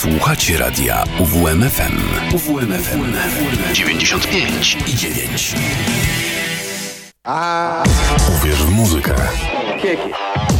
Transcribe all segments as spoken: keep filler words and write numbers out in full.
Słuchacie radia U W M F M. U W M F M dziewięćdziesiąt pięć i dziewięć. A... Uwierz w muzykę. Kieki.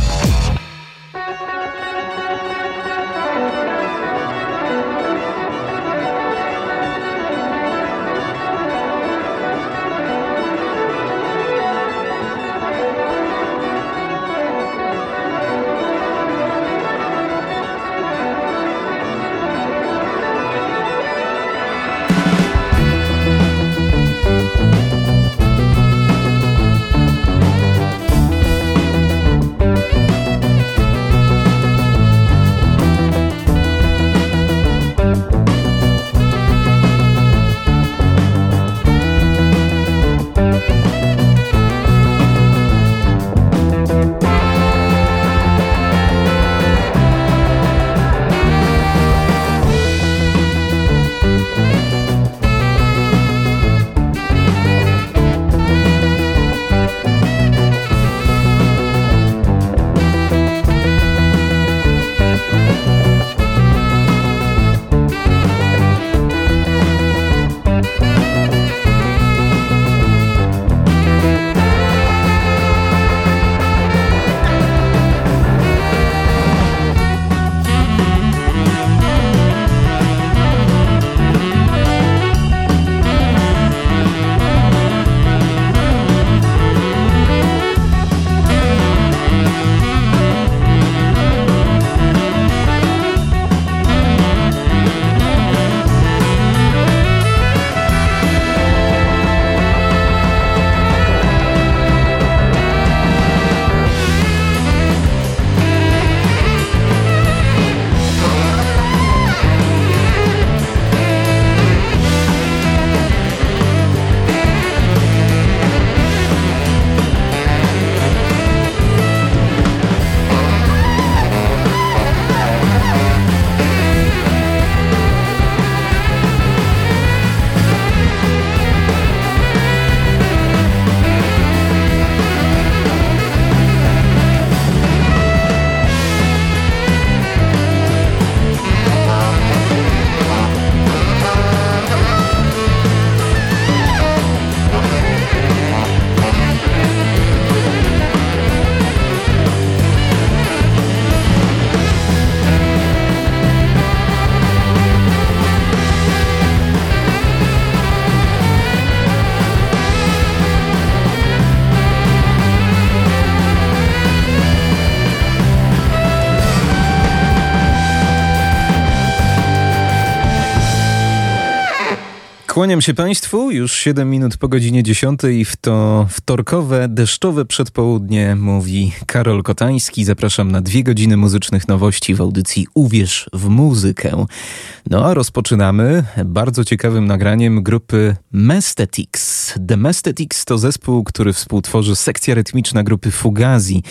Kłaniam się Państwu, już siedem minut po godzinie dziesiątej w to wtorkowe, deszczowe przedpołudnie mówi Karol Kotański. Zapraszam na dwie godziny muzycznych nowości w audycji Uwierz w muzykę. No a rozpoczynamy bardzo ciekawym nagraniem grupy Messthetics. The Messthetics to zespół, który współtworzy sekcja rytmiczna grupy Fugazi,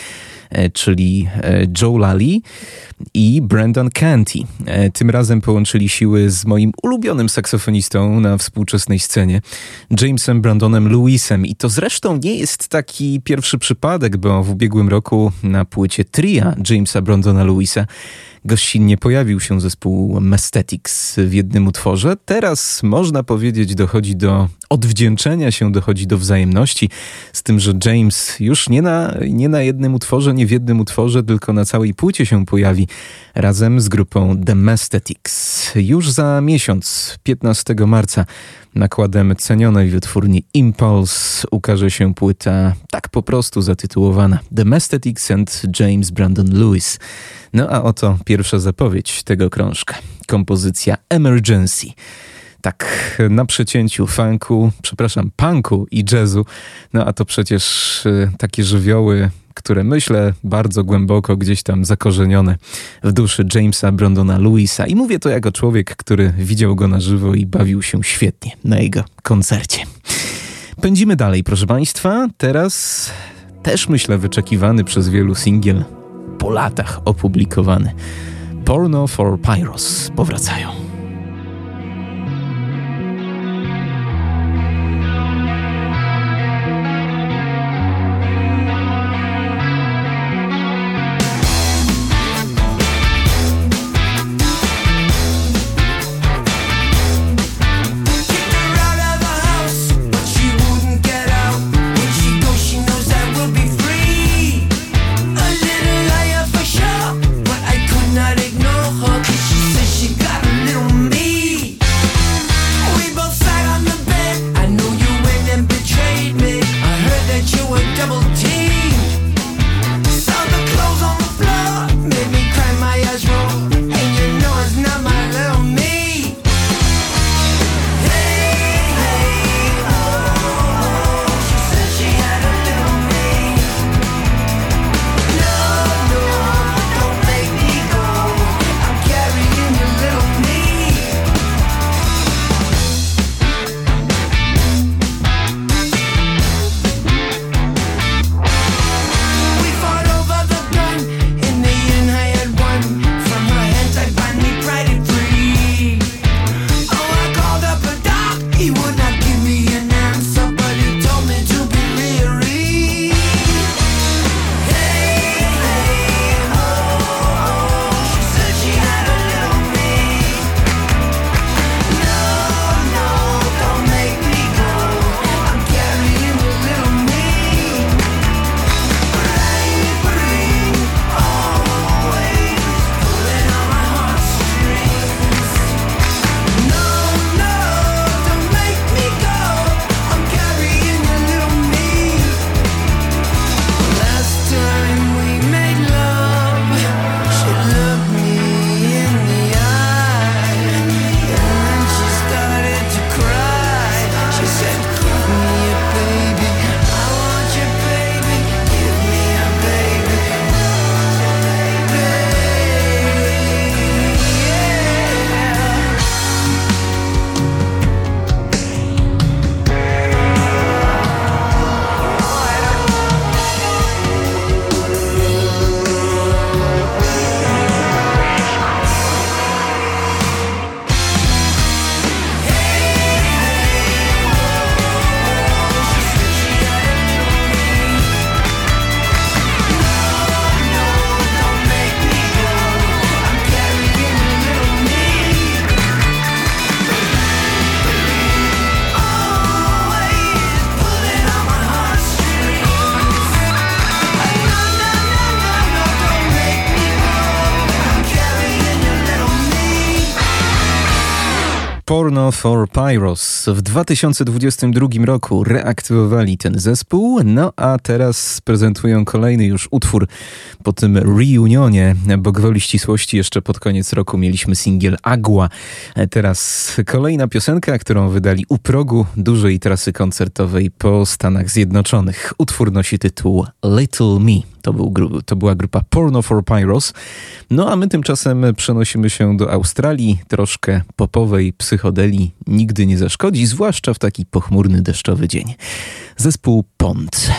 czyli Joe Lally i Brendan Canty. Tym razem połączyli siły z moim ulubionym saksofonistą na współczesnej scenie, Jamesem Brandonem Lewisem. I to zresztą nie jest taki pierwszy przypadek, bo w ubiegłym roku na płycie tria Jamesa Brandona Lewisa gościnnie pojawił się zespół Messthetics w jednym utworze. Teraz można powiedzieć dochodzi do odwdzięczenia się, dochodzi do wzajemności, z tym, że James już nie na, nie na jednym utworze, nie w jednym utworze, tylko na całej płycie się pojawi razem z grupą The Messthetics. Już za miesiąc, piętnastego marca, nakładem cenionej wytwórni Impulse ukaże się płyta tak po prostu zatytułowana The Messthetics and James Brandon Lewis. No a oto pierwsza zapowiedź tego krążka. Kompozycja Emergency. Tak na przecięciu funku, przepraszam, punku i jazzu. No a to przecież y, takie żywioły, które myślę bardzo głęboko gdzieś tam zakorzenione w duszy Jamesa Brandona Lewisa. I mówię to jako człowiek, który widział go na żywo i bawił się świetnie na jego koncercie. Pędzimy dalej, proszę Państwa. Teraz też myślę wyczekiwany przez wielu singiel, po latach opublikowany. Porno for Pyros powracają. Porno for Pyros. W dwa tysiące dwudziestym drugim roku reaktywowali ten zespół, no a teraz prezentują kolejny już utwór po tym reunionie, bo gwoli ścisłości jeszcze pod koniec roku mieliśmy singiel Agua. Teraz kolejna piosenka, którą wydali u progu dużej trasy koncertowej po Stanach Zjednoczonych. Utwór nosi tytuł Little Me. To, był, to była grupa Porno for Pyros. No a my tymczasem przenosimy się do Australii. Troszkę popowej psychodelii nigdy nie zaszkodzi, zwłaszcza w taki pochmurny, deszczowy dzień. Zespół Pond.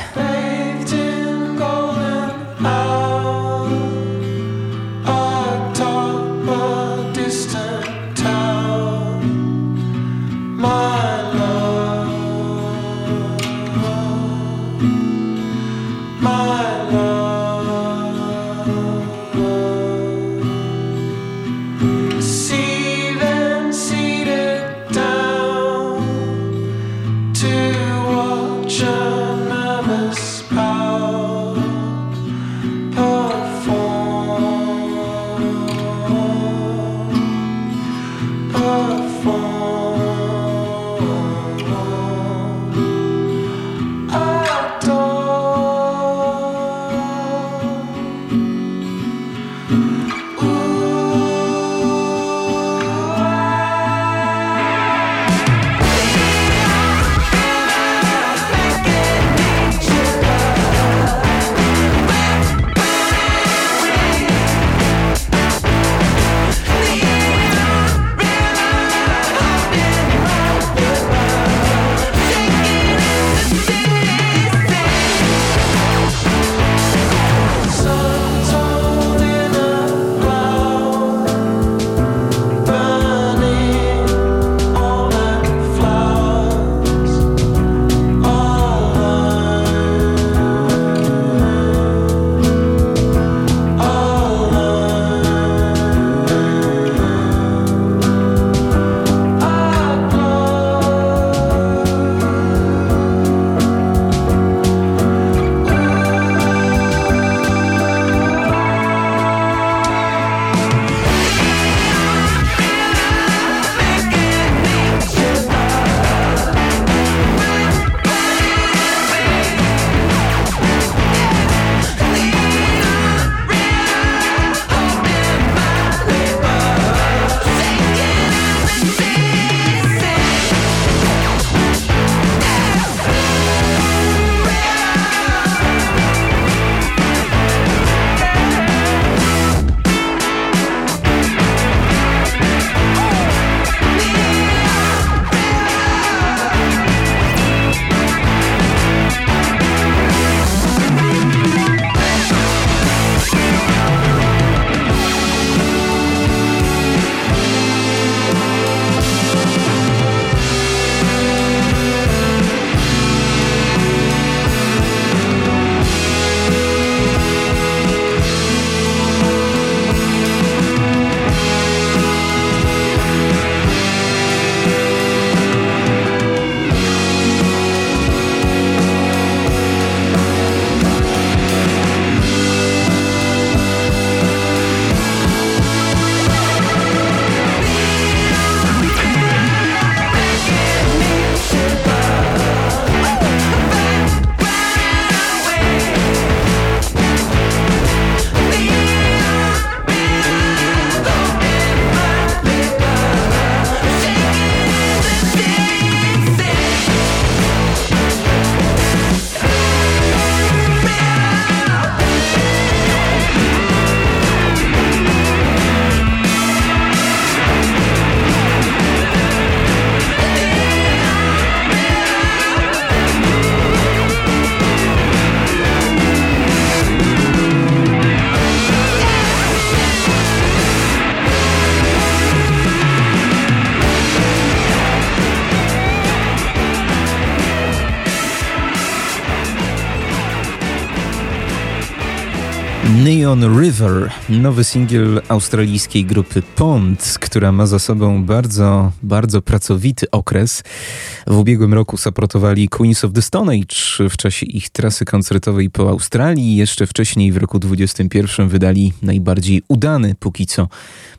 Neon River, nowy singiel australijskiej grupy Pond, która ma za sobą bardzo, bardzo pracowity okres. W ubiegłym roku supportowali Queens of the Stone Age w czasie ich trasy koncertowej po Australii. Jeszcze wcześniej w roku dwudziestym pierwszym wydali najbardziej udany póki co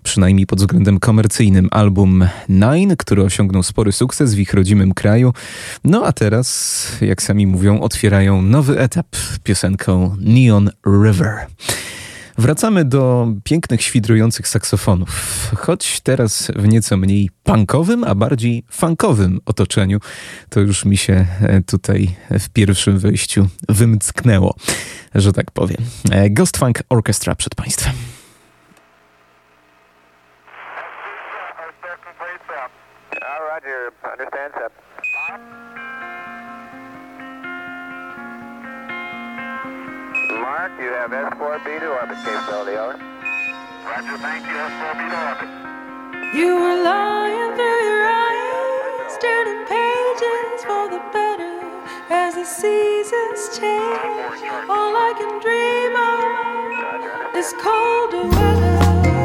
przynajmniej pod względem komercyjnym, album Nine, który osiągnął spory sukces w ich rodzimym kraju. No a teraz, jak sami mówią, otwierają nowy etap piosenką Neon River. Wracamy do pięknych, świdrujących saksofonów, choć teraz w nieco mniej punkowym, a bardziej funkowym otoczeniu. To już mi się tutaj w pierwszym wejściu wymcknęło, że tak powiem. Ghost Funk Orchestra przed Państwem. Mark, you have S four B to orbit capability, over. Roger, thank you, S four B to orbit. You were lying through your eyes, turning pages for the better as the seasons change. All I can dream of is colder weather.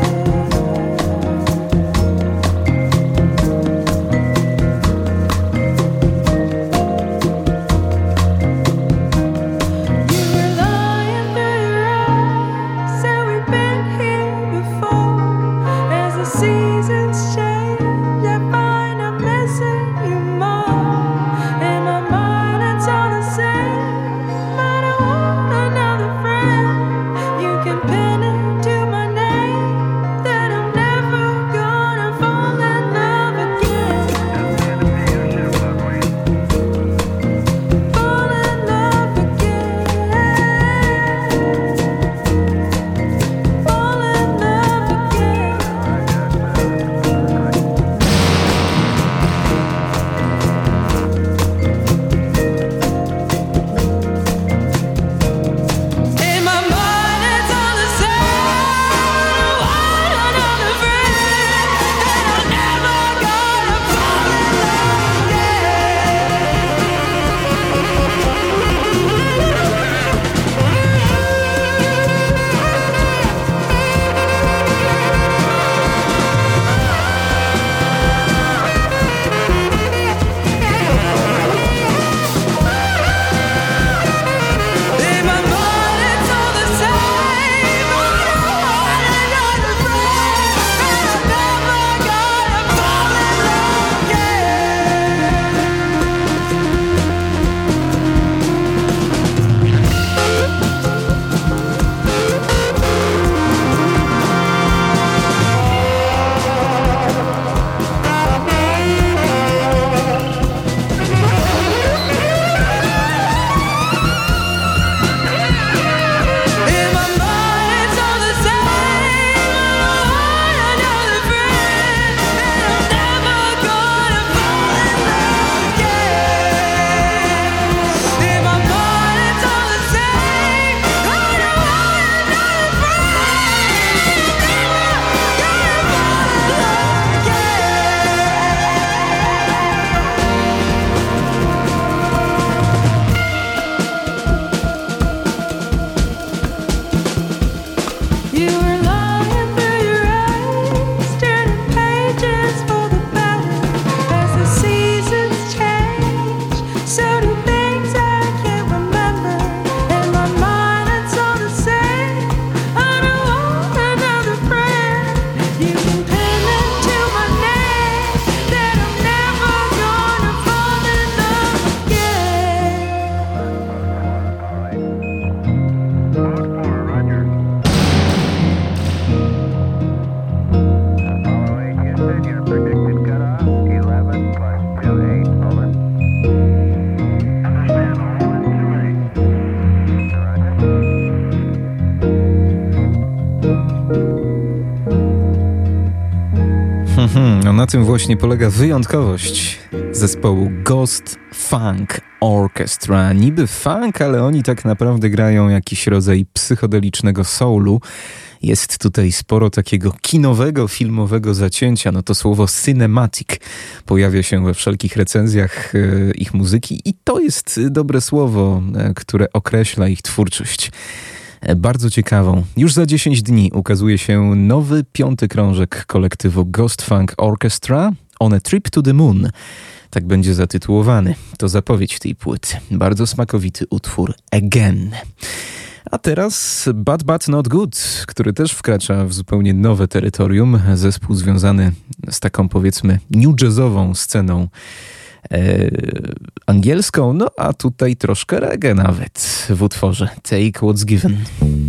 No na tym właśnie polega wyjątkowość zespołu Ghost Funk Orchestra. Niby funk, ale oni tak naprawdę grają jakiś rodzaj psychodelicznego soulu. Jest tutaj sporo takiego kinowego, filmowego zacięcia. No to słowo cinematic pojawia się we wszelkich recenzjach e, ich muzyki i to jest dobre słowo, e, które określa ich twórczość. Bardzo ciekawą. Już za dziesięć dni ukazuje się nowy piąty krążek kolektywu Ghost Funk Orchestra On a Trip to the Moon. Tak będzie zatytułowany. To zapowiedź tej płyty. Bardzo smakowity utwór Again. A teraz Bad But Not Good, który też wkracza w zupełnie nowe terytorium. Zespół związany z taką, powiedzmy, new jazzową sceną e, angielską, no a tutaj troszkę reggae nawet w utworze Take What's Given.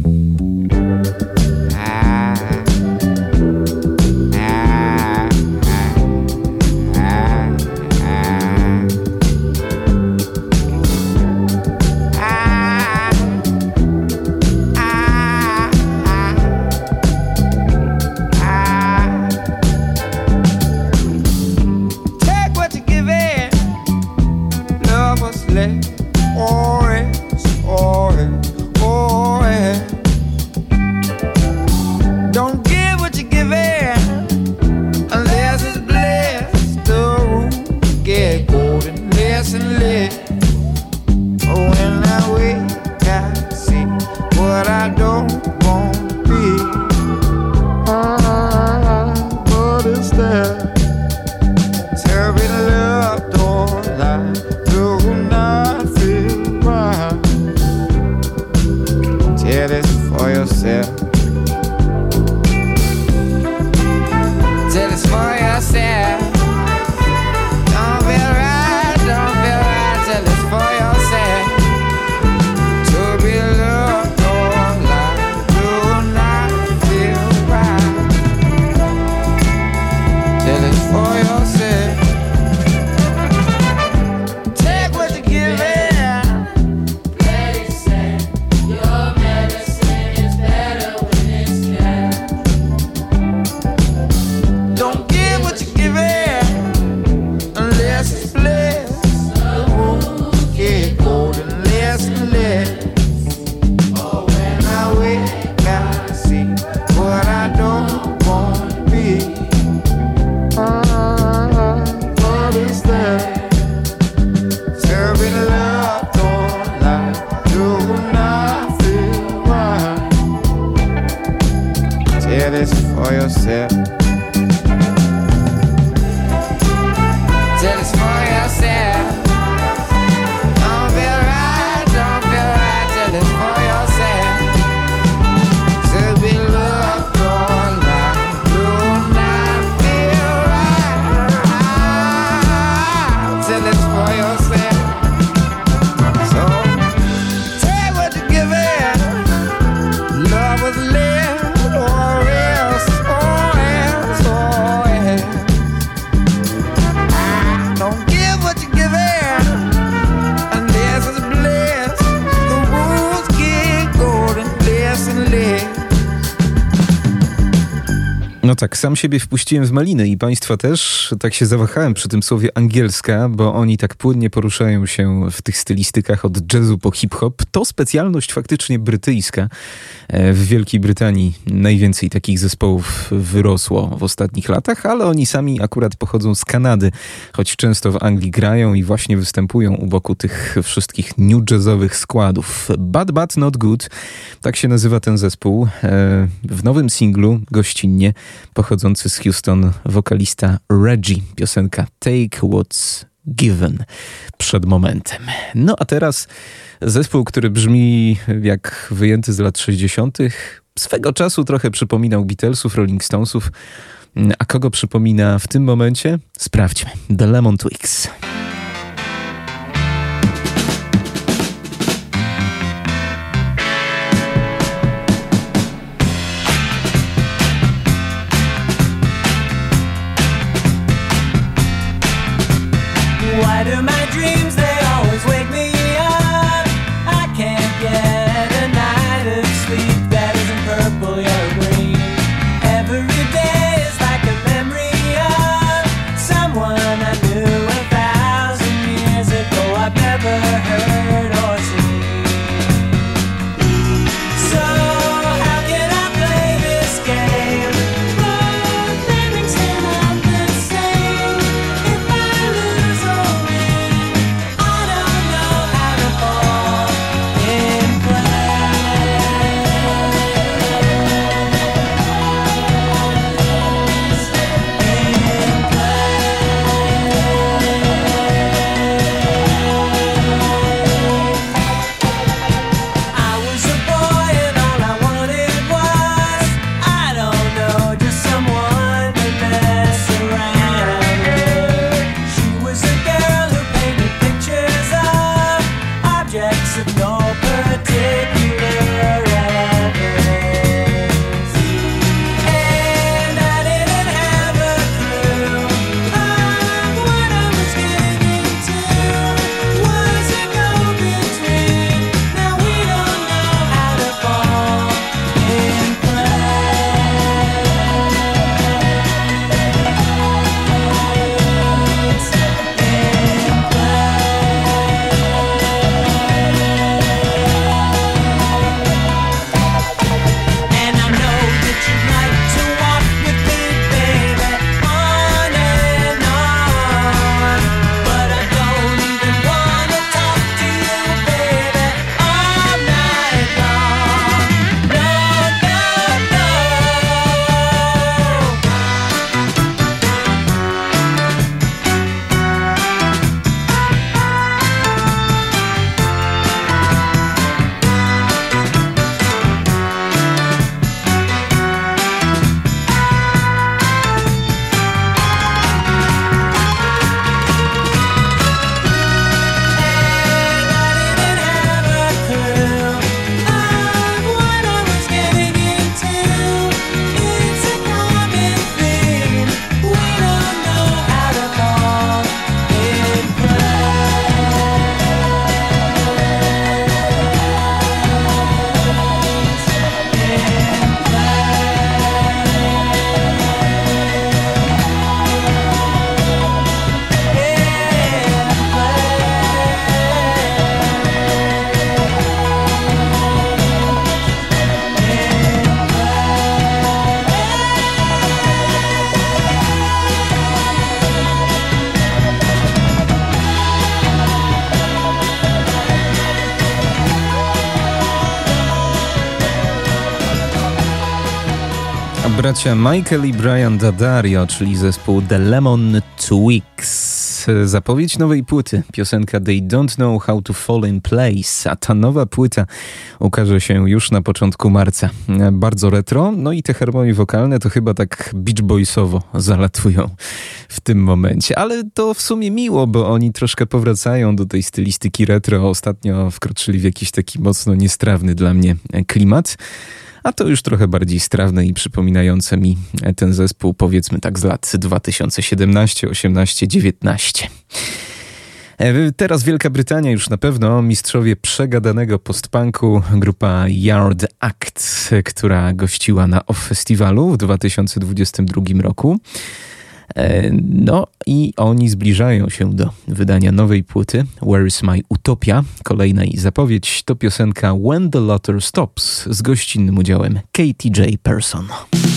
No tak, sam siebie wpuściłem w maliny i państwa też. Tak się zawahałem przy tym słowie angielska, bo oni tak płynnie poruszają się w tych stylistykach od jazzu po hip-hop. To specjalność faktycznie brytyjska. W Wielkiej Brytanii najwięcej takich zespołów wyrosło w ostatnich latach, ale oni sami akurat pochodzą z Kanady, choć często w Anglii grają i właśnie występują u boku tych wszystkich new jazzowych składów. Bad But Not Good, tak się nazywa ten zespół. W nowym singlu gościnnie pochodzący z Houston wokalista Reggie, piosenka Take What's Given przed momentem. No a teraz zespół, który brzmi jak wyjęty z lat sześćdziesiątych. Swego czasu trochę przypominał Beatlesów, Rolling Stonesów. A kogo przypomina w tym momencie? Sprawdźmy. The Lemon Twigs. Why do my dreams, they always wake me up? I can't get a night of sleep that isn't purple or green. Every day is like a memory of someone I knew a thousand years ago I've never heard or seen. So how can I play this game? Both lyrics are not the same. If I lose all Bracia Michael i Brian Daddario, czyli zespół The Lemon Twigs. Zapowiedź nowej płyty, piosenka They Don't Know How to Fall in Place, a ta nowa płyta ukaże się już na początku marca. Bardzo retro, no i te harmonie wokalne to chyba tak Beach Boysowo zalatują w tym momencie, ale to w sumie miło, bo oni troszkę powracają do tej stylistyki retro. Ostatnio wkroczyli w jakiś taki mocno niestrawny dla mnie klimat. A to już trochę bardziej strawne i przypominające mi ten zespół, powiedzmy tak z lat dwa tysiące siedemnaście, osiemnaście, dziewiętnaście. Teraz Wielka Brytania już na pewno, mistrzowie przegadanego postpunku, grupa Yard Act, która gościła na Off Festiwalu w dwa tysiące dwudziestym drugim roku. No i oni zbliżają się do wydania nowej płyty Where is my Utopia? Kolejna ich zapowiedź to piosenka When the Laughter Stops z gościnnym udziałem Katie J. Person.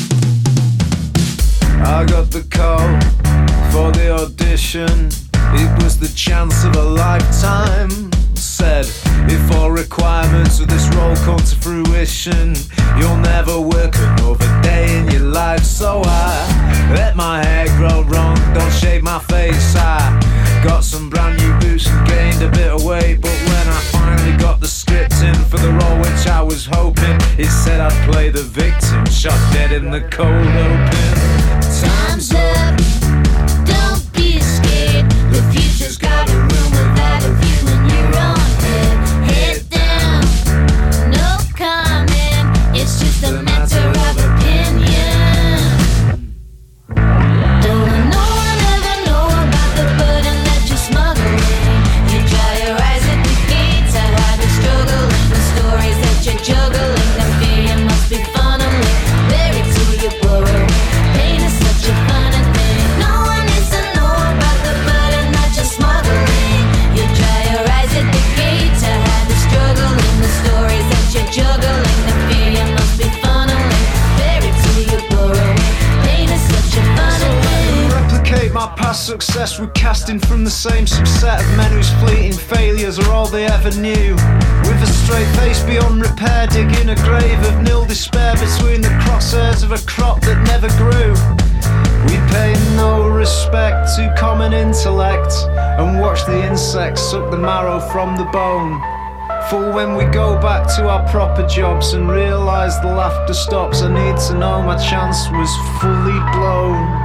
I got the call for the audition. It was the chance of a lifetime. Said, if all requirements of this role come to fruition, you'll never work another day in your life. So I let my hair grow long, don't shave my face. I got some brand new boots and gained a bit of weight. But when I finally got the script in for the role which I was hoping, it said I'd play the victim, shot dead in the cold open. Time's up, don't be scared. The future's got a room without a view in your own head. Head down, no comment. It's just a matter of opinion. Don't no one ever know about the burden that you're smuggling. You dry your eyes at the gates. I hide the struggle and the stories that you're juggling. The fear you must be funneling, buried to your burrow. Pain is such a funny thing. No one needs to know about the burden that you're smuggling. You dry your eyes at the gates. I hide the struggle and the stories that you're juggling. The fear you must be funneling, buried to your burrow. Pain is such a funny thing. Replicate my past success with casting from the same subset of men whose fleeting failures are all they ever knew. With a straight face beyond repair, digging a grave of nil despair between the crosshairs of a crop that never grew. We pay no respect to common intellect and watch the insects suck the marrow from the bone. For when we go back to our proper jobs and realise the laughter stops, I need to know my chance was fully blown.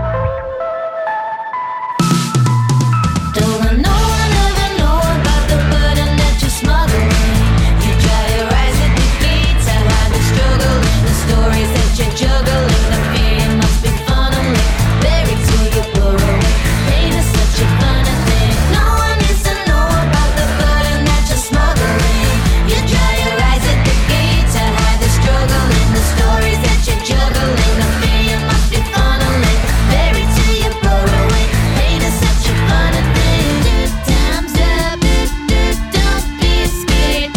Don't no one ever know about the burden that you're smuggling. You dry your eyes at the gates. I hide the struggle and the stories that you're juggling. The fear you must be funneling, buried to your burrow. Pain is such a funny thing. No one needs to know about the burden that you're smuggling. You dry your eyes at the gates. I hide the struggle and the stories that you're juggling. The fear you must be funneling, buried to your burrow. Pain is such a funny thing. Time's up, don't be scared.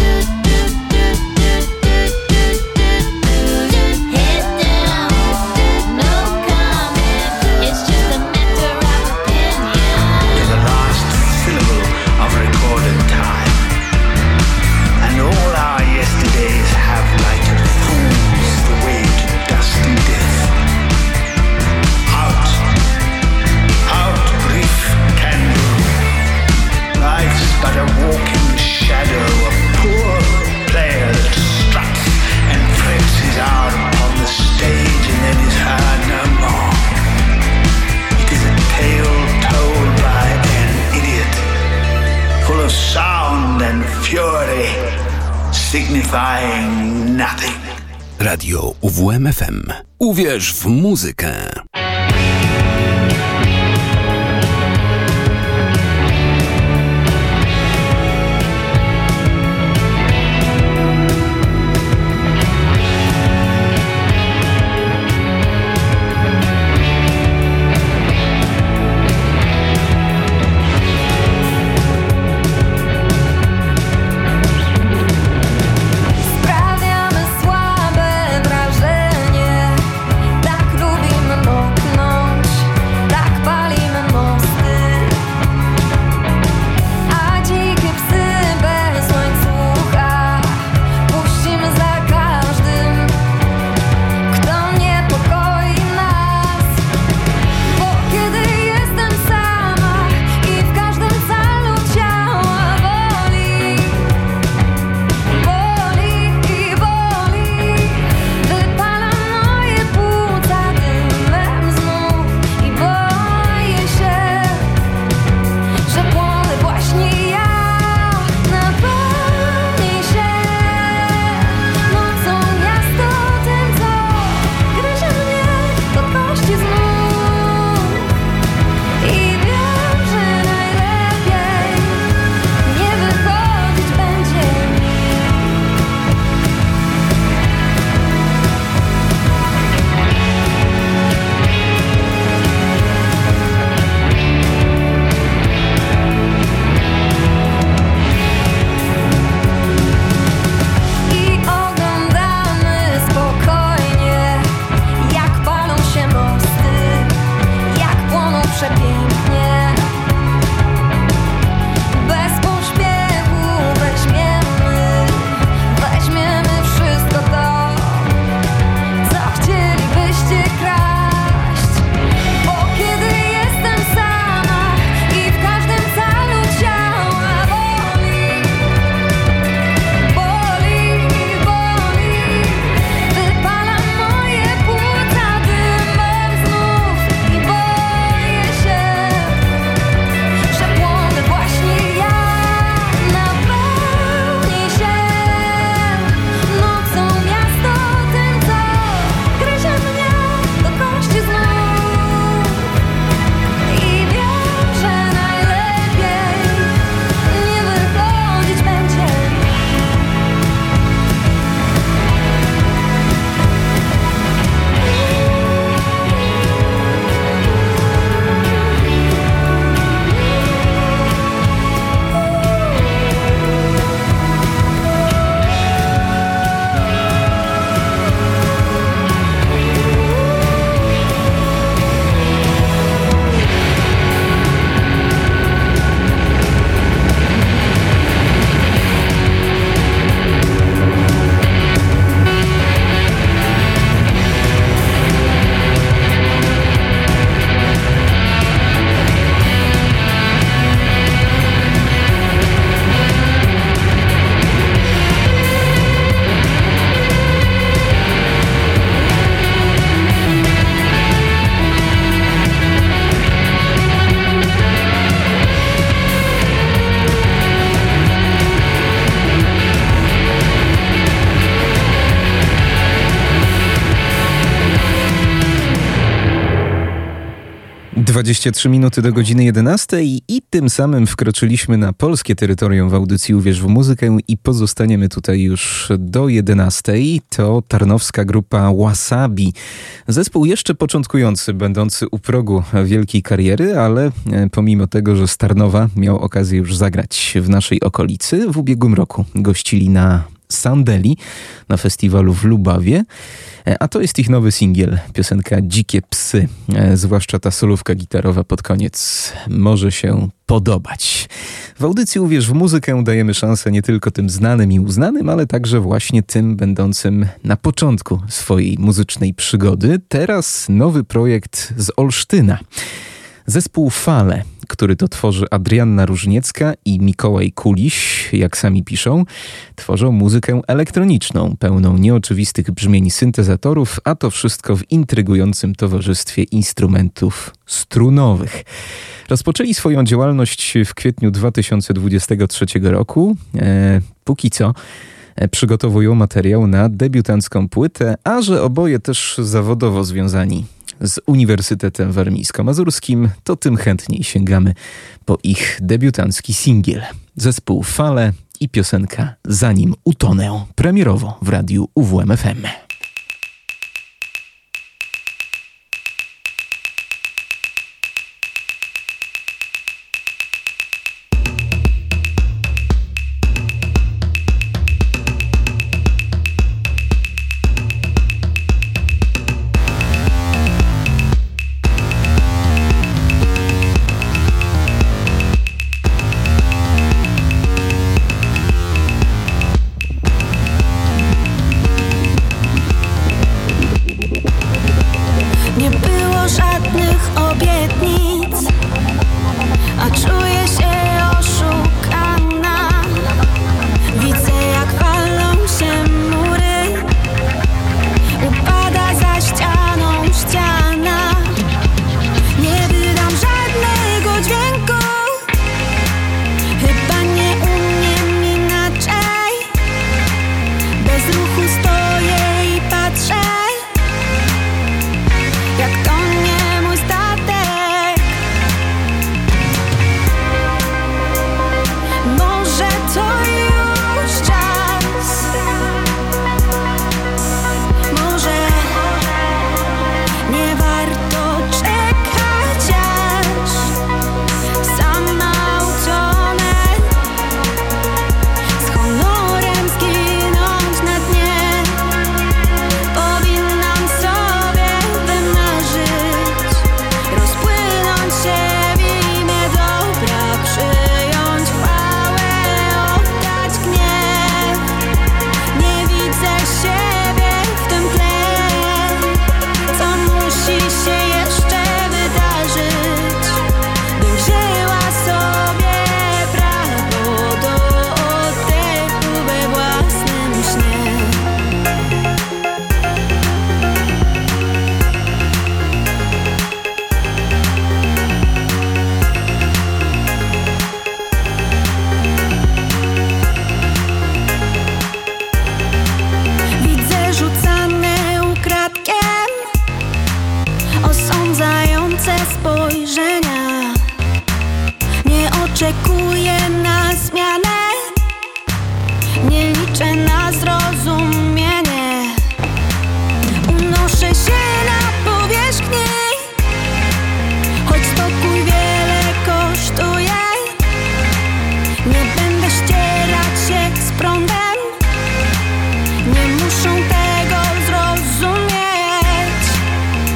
Head down, no comment. It's just a matter of opinion. To the last syllable of recorded time, and all our yesterdays have lighted fools the way to dusty death. Out, out, brief candle. Life's but a walking shadow, a poor player that struts and frets his arm upon the stage and then is heard no more. It is a tale told by an idiot, full of sound and fury, signifying nothing. Radio U W M F M. Uwierz w muzykę. Sprawiamy słabe wrażenie, tak lubimy noc. dwadzieścia trzy minuty do godziny jedenastej i tym samym wkroczyliśmy na polskie terytorium w audycji Uwierz w muzykę i pozostaniemy tutaj już do jedenastej. To tarnowska grupa Wasabi. Zespół jeszcze początkujący, będący u progu wielkiej kariery, ale pomimo tego, że z Tarnowa miał okazję już zagrać w naszej okolicy, w ubiegłym roku gościli na Sandeli na festiwalu w Lubawie, a to jest ich nowy singiel, piosenka Dzikie Psy, zwłaszcza ta solówka gitarowa pod koniec może się podobać. W audycji Uwierz w muzykę dajemy szansę nie tylko tym znanym i uznanym, ale także właśnie tym będącym na początku swojej muzycznej przygody. Teraz nowy projekt z Olsztyna. Zespół Fale, który to tworzy Adrianna Różniecka i Mikołaj Kuliś, jak sami piszą, tworzą muzykę elektroniczną, pełną nieoczywistych brzmień syntezatorów, a to wszystko w intrygującym towarzystwie instrumentów strunowych. Rozpoczęli swoją działalność w kwietniu dwa tysiące dwudziestego trzeciego roku. E, póki co przygotowują materiał na debiutancką płytę, a że oboje też zawodowo związani z Uniwersytetem Warmińsko-Mazurskim, to tym chętniej sięgamy po ich debiutancki singiel. Zespół Fale i piosenka Zanim utonę, premierowo w radiu U W M F M.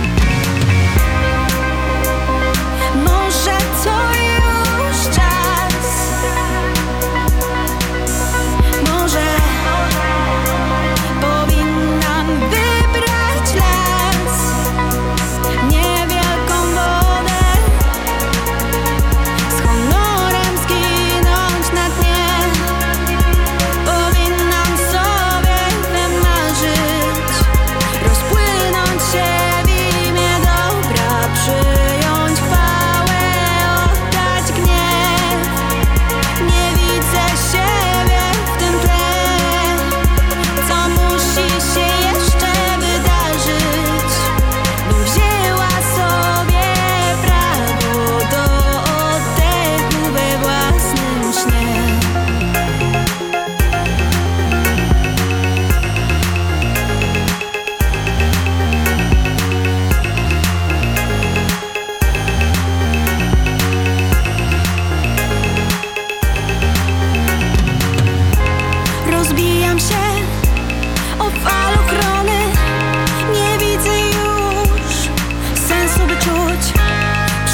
Może to już czas.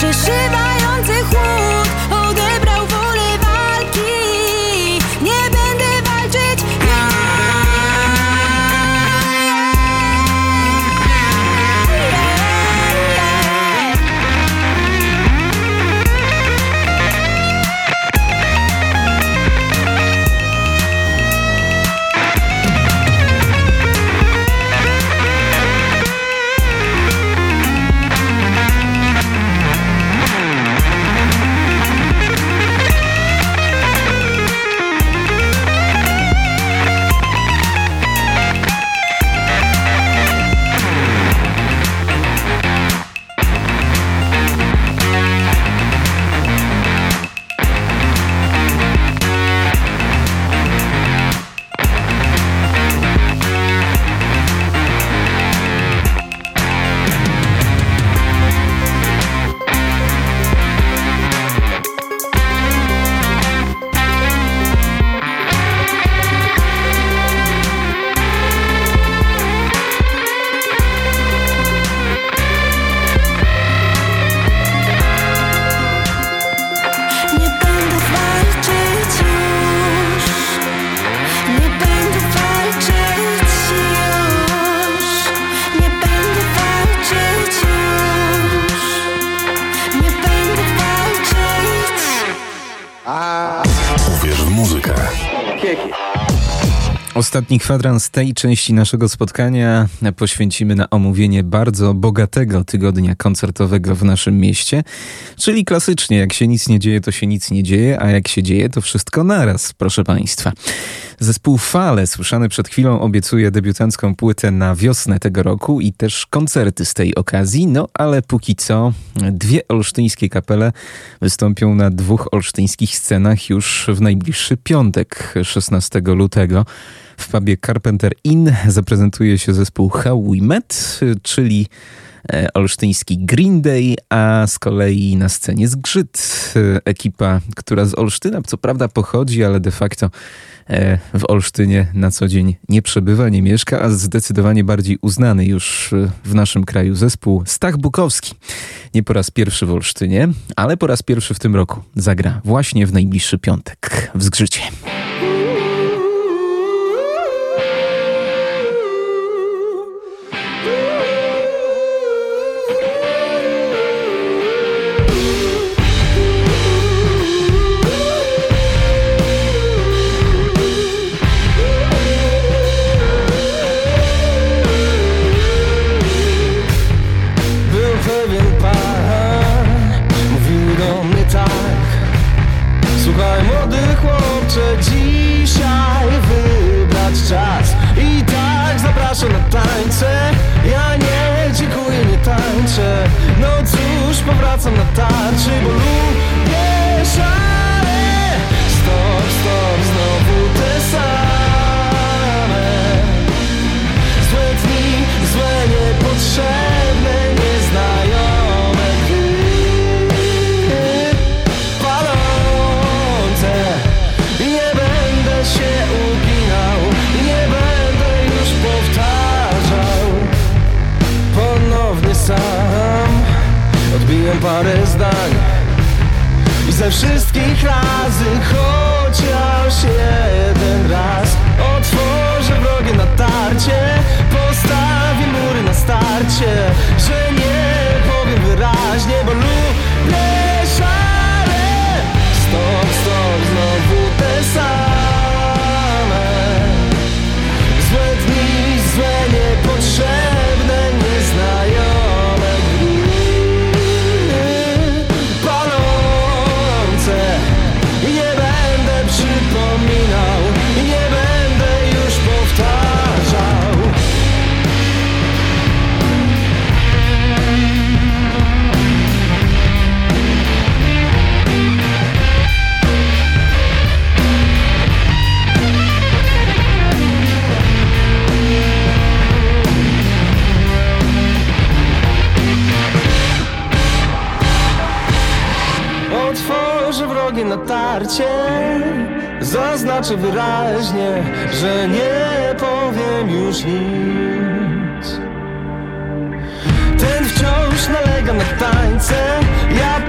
Przeszywający chłód odebrał wolę walki. Nie będę walczyć ja. Ostatni kwadrans tej części naszego spotkania poświęcimy na omówienie bardzo bogatego tygodnia koncertowego w naszym mieście, czyli klasycznie, jak się nic nie dzieje, to się nic nie dzieje, a jak się dzieje, to wszystko naraz, proszę Państwa. Zespół Fale, słyszany przed chwilą, obiecuje debiutancką płytę na wiosnę tego roku i też koncerty z tej okazji, no ale póki co dwie olsztyńskie kapele wystąpią na dwóch olsztyńskich scenach już w najbliższy piątek, szesnastego lutego. W pubie Carpenter Inn zaprezentuje się zespół How We Met, czyli olsztyński Green Day, a z kolei na scenie Zgrzyt, ekipa, która z Olsztyna co prawda pochodzi, ale de facto w Olsztynie na co dzień nie przebywa, nie mieszka, a zdecydowanie bardziej uznany już w naszym kraju zespół Stach Bukowski. Nie po raz pierwszy w Olsztynie, ale po raz pierwszy w tym roku zagra właśnie w najbliższy piątek w Zgrzycie. Słuchaj, młody chłopcze, dzisiaj wybrać czas. I tak zapraszam na tańce. Ja nie dziękuję, nie tańczę. No cóż, powracam na tarczy, bo lubię szale. Stop, stop, znowu te same złe dni, złe, niepotrzebne, nieznajome gry. Nie będę się uginał, nie będę już powtarzał. Ponownie sam odbijam parę zdań i ze wszystkich razy chociaż jeden raz otworzę wrogie natarcie, postawię mury na starcie, że nie powiem wyraźnie, bo lubię szale. Stop, stop, znowu te same złe dni, złe, niepotrzebne, nieznajome gry. Palące i nie będę przypominał, i nie będę już powtarzał. Otworzę wrogie natarcie, zaznaczę wyraźnie, że nie powiem już nic. Ten wciąż nalega na tańce, ja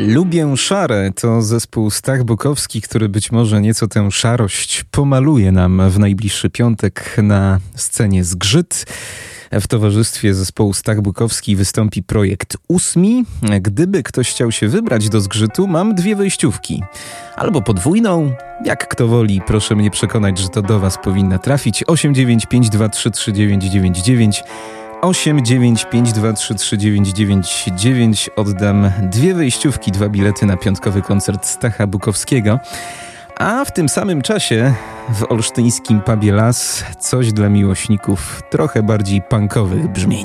Lubię szare to zespół Stach Bukowski, który być może nieco tę szarość pomaluje nam w najbliższy piątek na scenie Zgrzyt. W towarzystwie zespołu Stach Bukowski wystąpi projekt Ósmi. Gdyby ktoś chciał się wybrać do Zgrzytu, mam dwie wejściówki. Albo podwójną, jak kto woli, proszę mnie przekonać, że to do was powinna trafić. osiem dziewięć pięć dwa trzy trzy dziewięć dziewięć dziewięć osiem dziewięć pięć dwa trzy trzy dziewięć dziewięć dziewięć. Oddam dwie wejściówki, dwa bilety na piątkowy koncert Stacha Bukowskiego. A w tym samym czasie w olsztyńskim pubie Las coś dla miłośników trochę bardziej punkowych brzmień.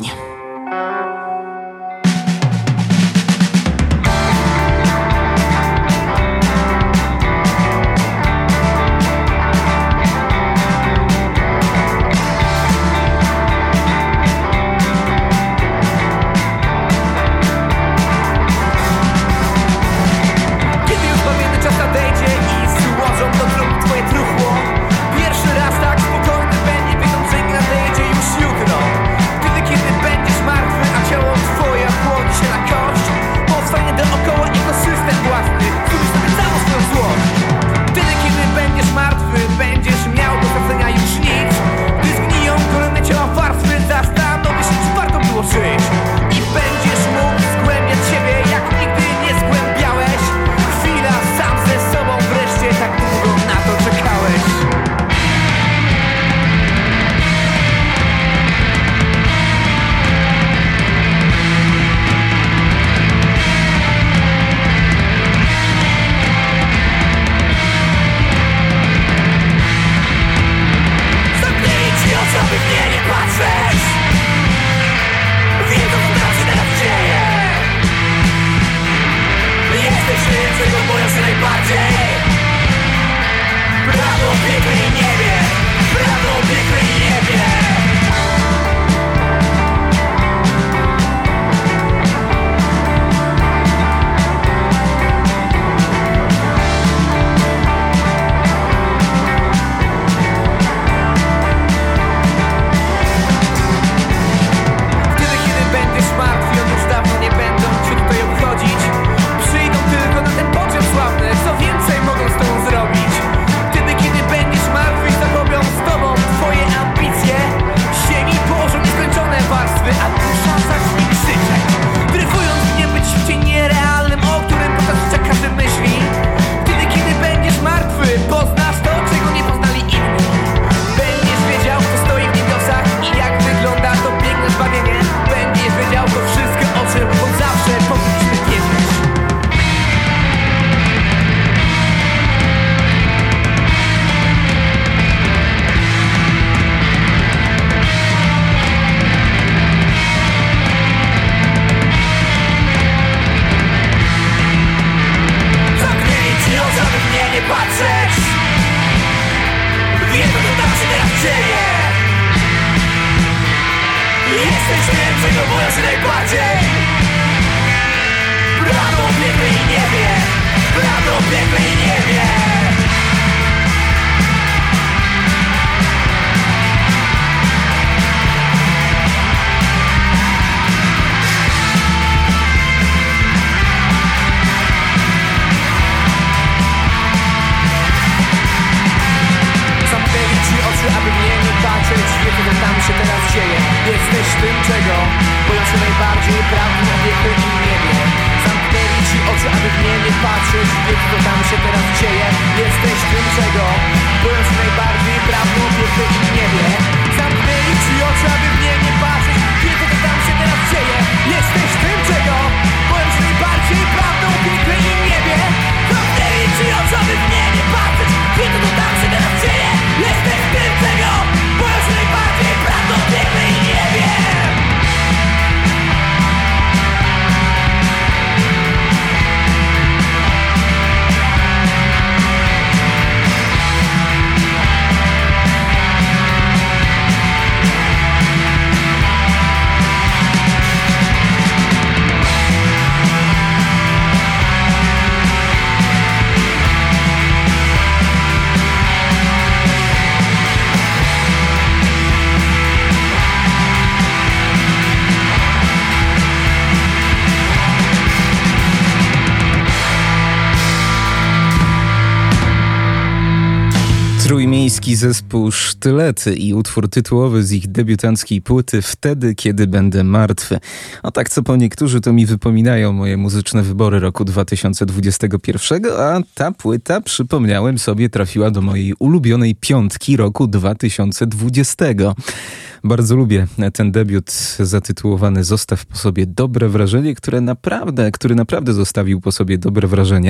Trójmiejski zespół Sztylety i utwór tytułowy z ich debiutanckiej płyty Wtedy, kiedy będę martwy. O tak co po niektórzy to mi wypominają moje muzyczne wybory roku dwa tysiące dwudziestego pierwszego, a ta płyta, przypomniałem sobie, trafiła do mojej ulubionej piątki roku dwa tysiące dwudziestego. Bardzo lubię ten debiut zatytułowany Zostaw po sobie dobre wrażenie, które naprawdę, który naprawdę zostawił po sobie dobre wrażenie.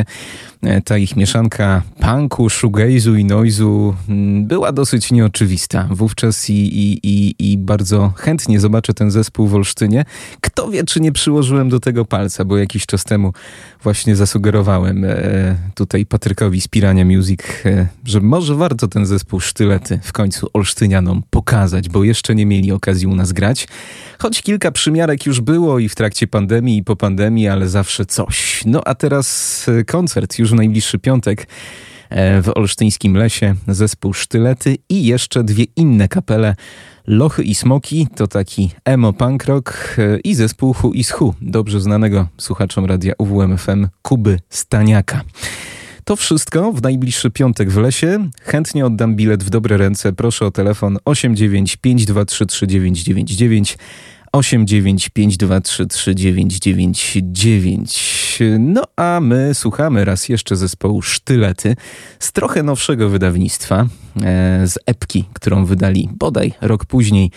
Ta ich mieszanka punku, shoegaze'u i noise'u była dosyć nieoczywista wówczas i, i, i, i bardzo chętnie zobaczę ten zespół w Olsztynie. Kto wie, czy nie przyłożyłem do tego palca, bo jakiś czas temu właśnie zasugerowałem tutaj Patrykowi z Pirania Music, że może warto ten zespół Sztylety w końcu olsztynianom pokazać, bo jeszcze nie mieli okazji u nas grać. Choć kilka przymiarek już było i w trakcie pandemii i po pandemii, ale zawsze coś. No a teraz koncert już w najbliższy piątek w olsztyńskim Lesie, zespół Sztylety i jeszcze dwie inne kapele. Lochy i Smoki to taki emo punk rock i zespół Who is Who, dobrze znanego słuchaczom radia U W M F M Kuby Staniaka. To wszystko w najbliższy piątek w Lesie. Chętnie oddam bilet w dobre ręce. Proszę o telefon osiem dziewięć pięć dwa trzy trzy dziewięć dziewięć dziewięć, osiem dziewięć pięć dwa trzy trzy dziewięć dziewięć dziewięć. No a my słuchamy raz jeszcze zespołu Sztylety z trochę nowszego wydawnictwa, z epki, którą wydali bodaj rok później.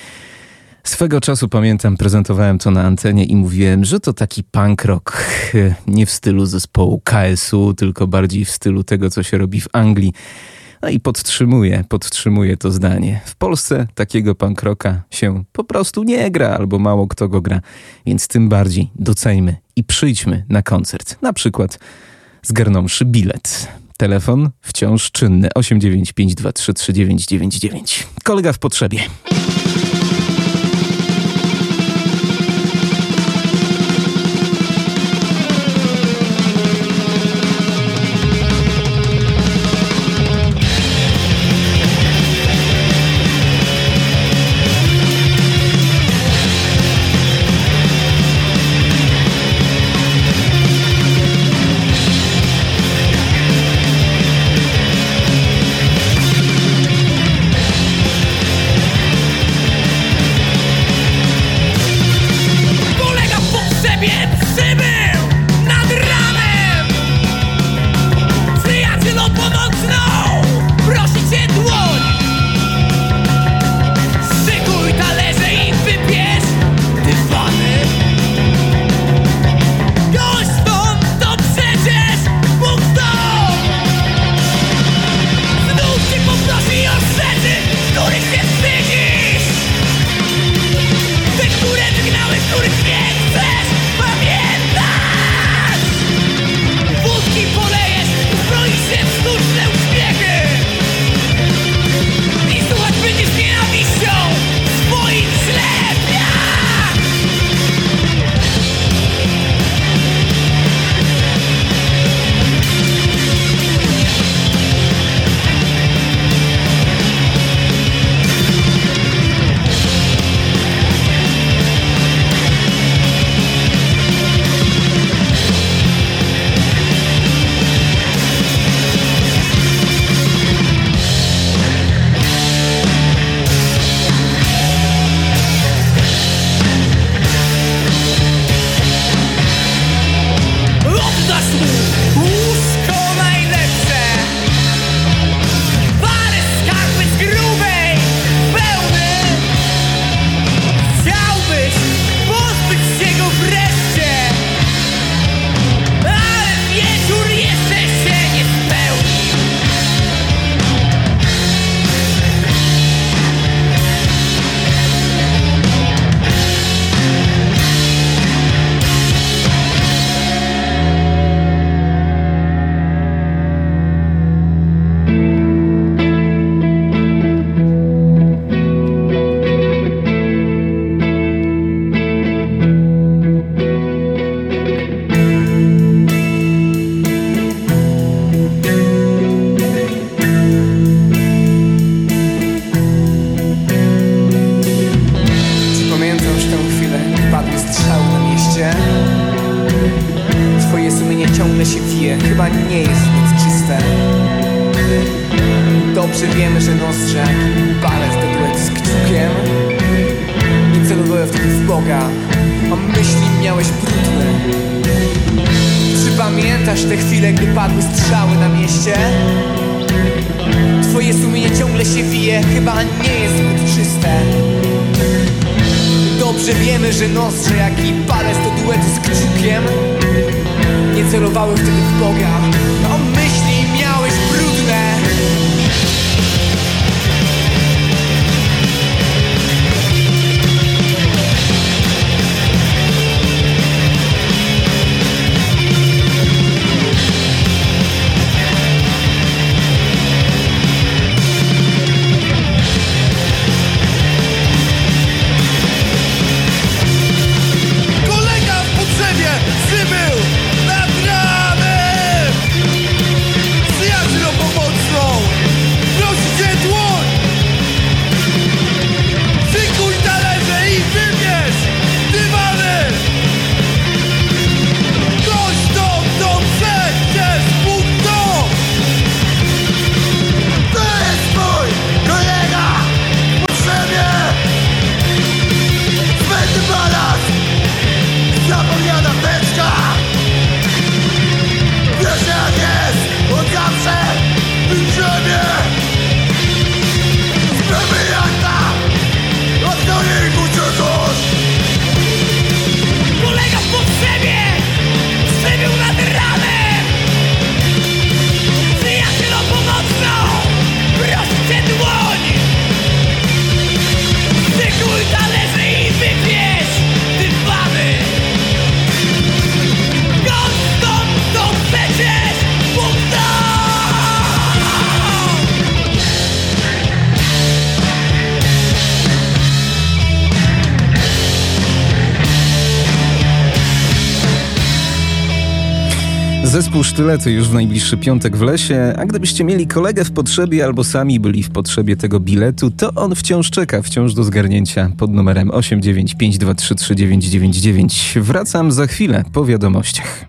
Swego czasu pamiętam, prezentowałem to na antenie i mówiłem, że to taki punk rock, nie w stylu zespołu K S U, tylko bardziej w stylu tego, co się robi w Anglii. No i podtrzymuję, podtrzymuję to zdanie. W Polsce takiego punk rocka się po prostu nie gra, albo mało kto go gra, więc tym bardziej doceńmy i przyjdźmy na koncert. Na przykład zgarnąwszy bilet. Telefon wciąż czynny osiem dziewięć pięć dwa trzy trzy dziewięć dziewięć dziewięć. Kolega w potrzebie. Dobrze wiemy, że nozdrza balet to duet z kciukiem. Nie celowałem wtedy w Boga, a myśli miałeś brudne. Czy pamiętasz te chwile, gdy padły strzały na mieście? Twoje sumienie ciągle się wije, chyba nie jest zbyt czyste. Dobrze wiemy, że nozdrza jak i balet to duet z kciukiem. Nie celowały wtedy w Boga, a myśli miałeś brudne. Zespół Sztylety już w najbliższy piątek w Lesie, a gdybyście mieli kolegę w potrzebie albo sami byli w potrzebie tego biletu, to on wciąż czeka, wciąż do zgarnięcia pod numerem osiem dziewięć pięć dwa trzy trzy dziewięć dziewięć dziewięć. Wracam za chwilę po wiadomościach.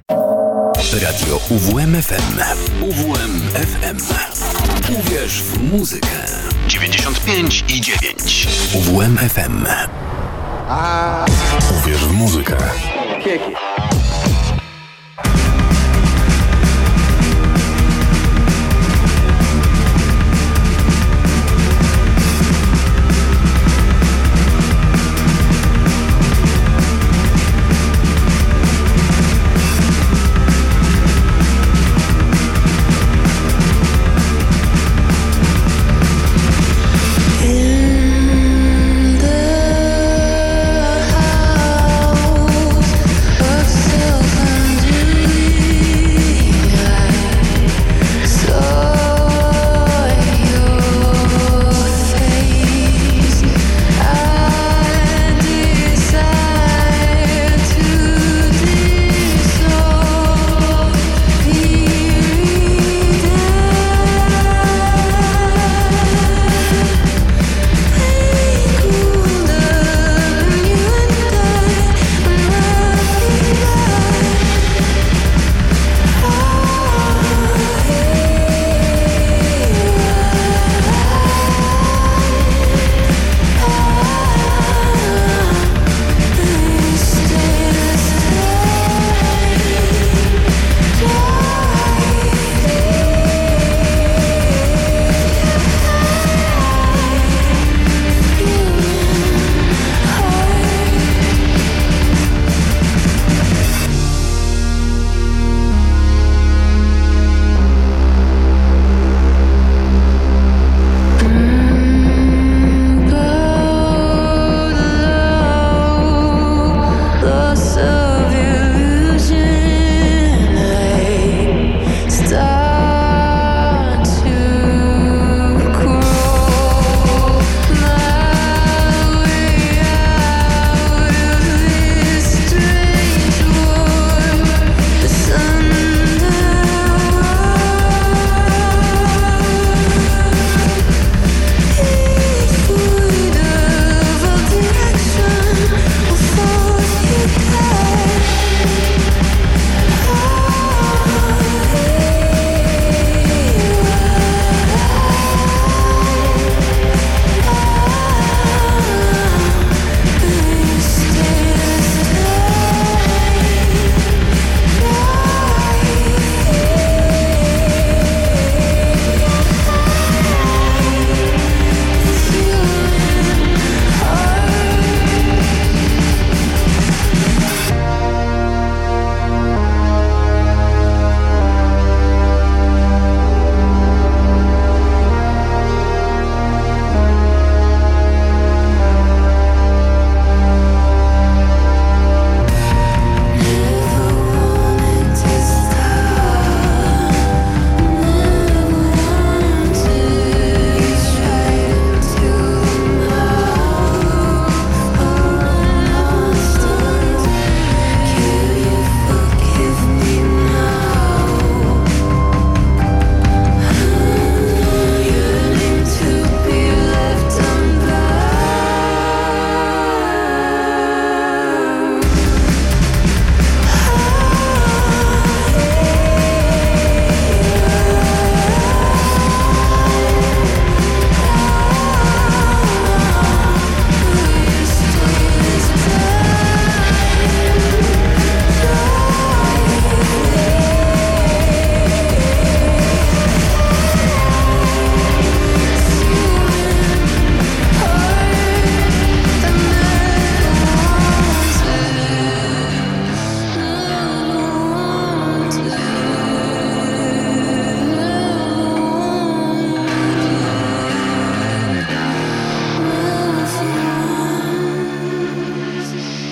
Radio U W M F M. U W M F M. Uwierz w muzykę. dziewięćdziesiąt pięć i dziewięć. U W M F M. Uwierz w muzykę. In the house of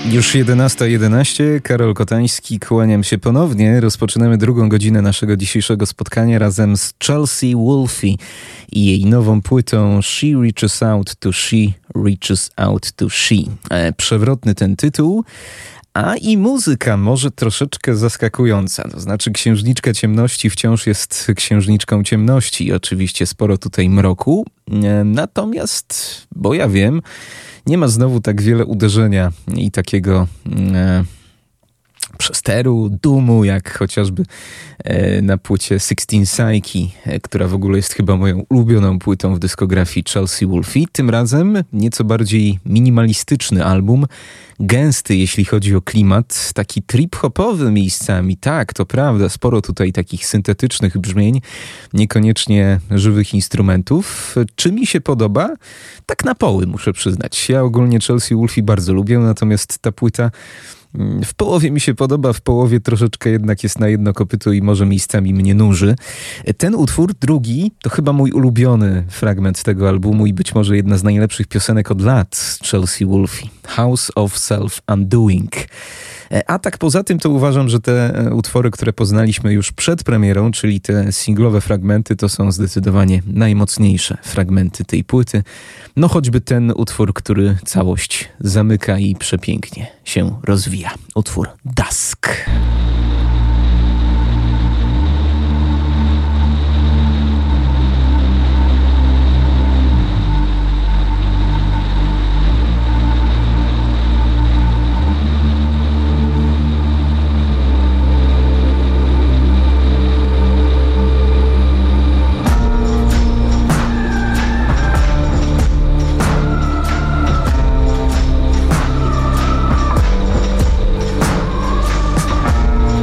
Już jedenasta jedenaście, Karol Kotański, kłaniam się ponownie. Rozpoczynamy drugą godzinę naszego dzisiejszego spotkania razem z Chelsea Wolfe i jej nową płytą She Reaches Out to She Reaches Out to She. E, przewrotny ten tytuł, a i muzyka może troszeczkę zaskakująca. To znaczy Księżniczka Ciemności wciąż jest Księżniczką Ciemności. Oczywiście sporo tutaj mroku, e, natomiast, bo ja wiem, nie ma znowu tak wiele uderzenia i takiego e, przesteru, dumu, jak chociażby e, na płycie Sixteen Psyche, e, która w ogóle jest chyba moją ulubioną płytą w dyskografii Chelsea Wolfe. Tym razem nieco bardziej minimalistyczny album, gęsty jeśli chodzi o klimat, taki trip-hopowy miejscami. Tak, to prawda, sporo tutaj takich syntetycznych brzmień, niekoniecznie żywych instrumentów. Czy mi się podoba? Tak na poły, muszę przyznać. Ja ogólnie Chelsea Wolfe bardzo lubię, natomiast ta płyta w połowie mi się podoba, w połowie troszeczkę jednak jest na jedno kopyto i może miejscami mnie nuży. Ten utwór, drugi, to chyba mój ulubiony fragment tego albumu i być może jedna z najlepszych piosenek od lat Chelsea Wolfe. House of Self-Undoing. A tak poza tym to uważam, że te utwory, które poznaliśmy już przed premierą, czyli te singlowe fragmenty, to są zdecydowanie najmocniejsze fragmenty tej płyty. No choćby ten utwór, który całość zamyka i przepięknie się rozwija. Utwór Dusk. Thank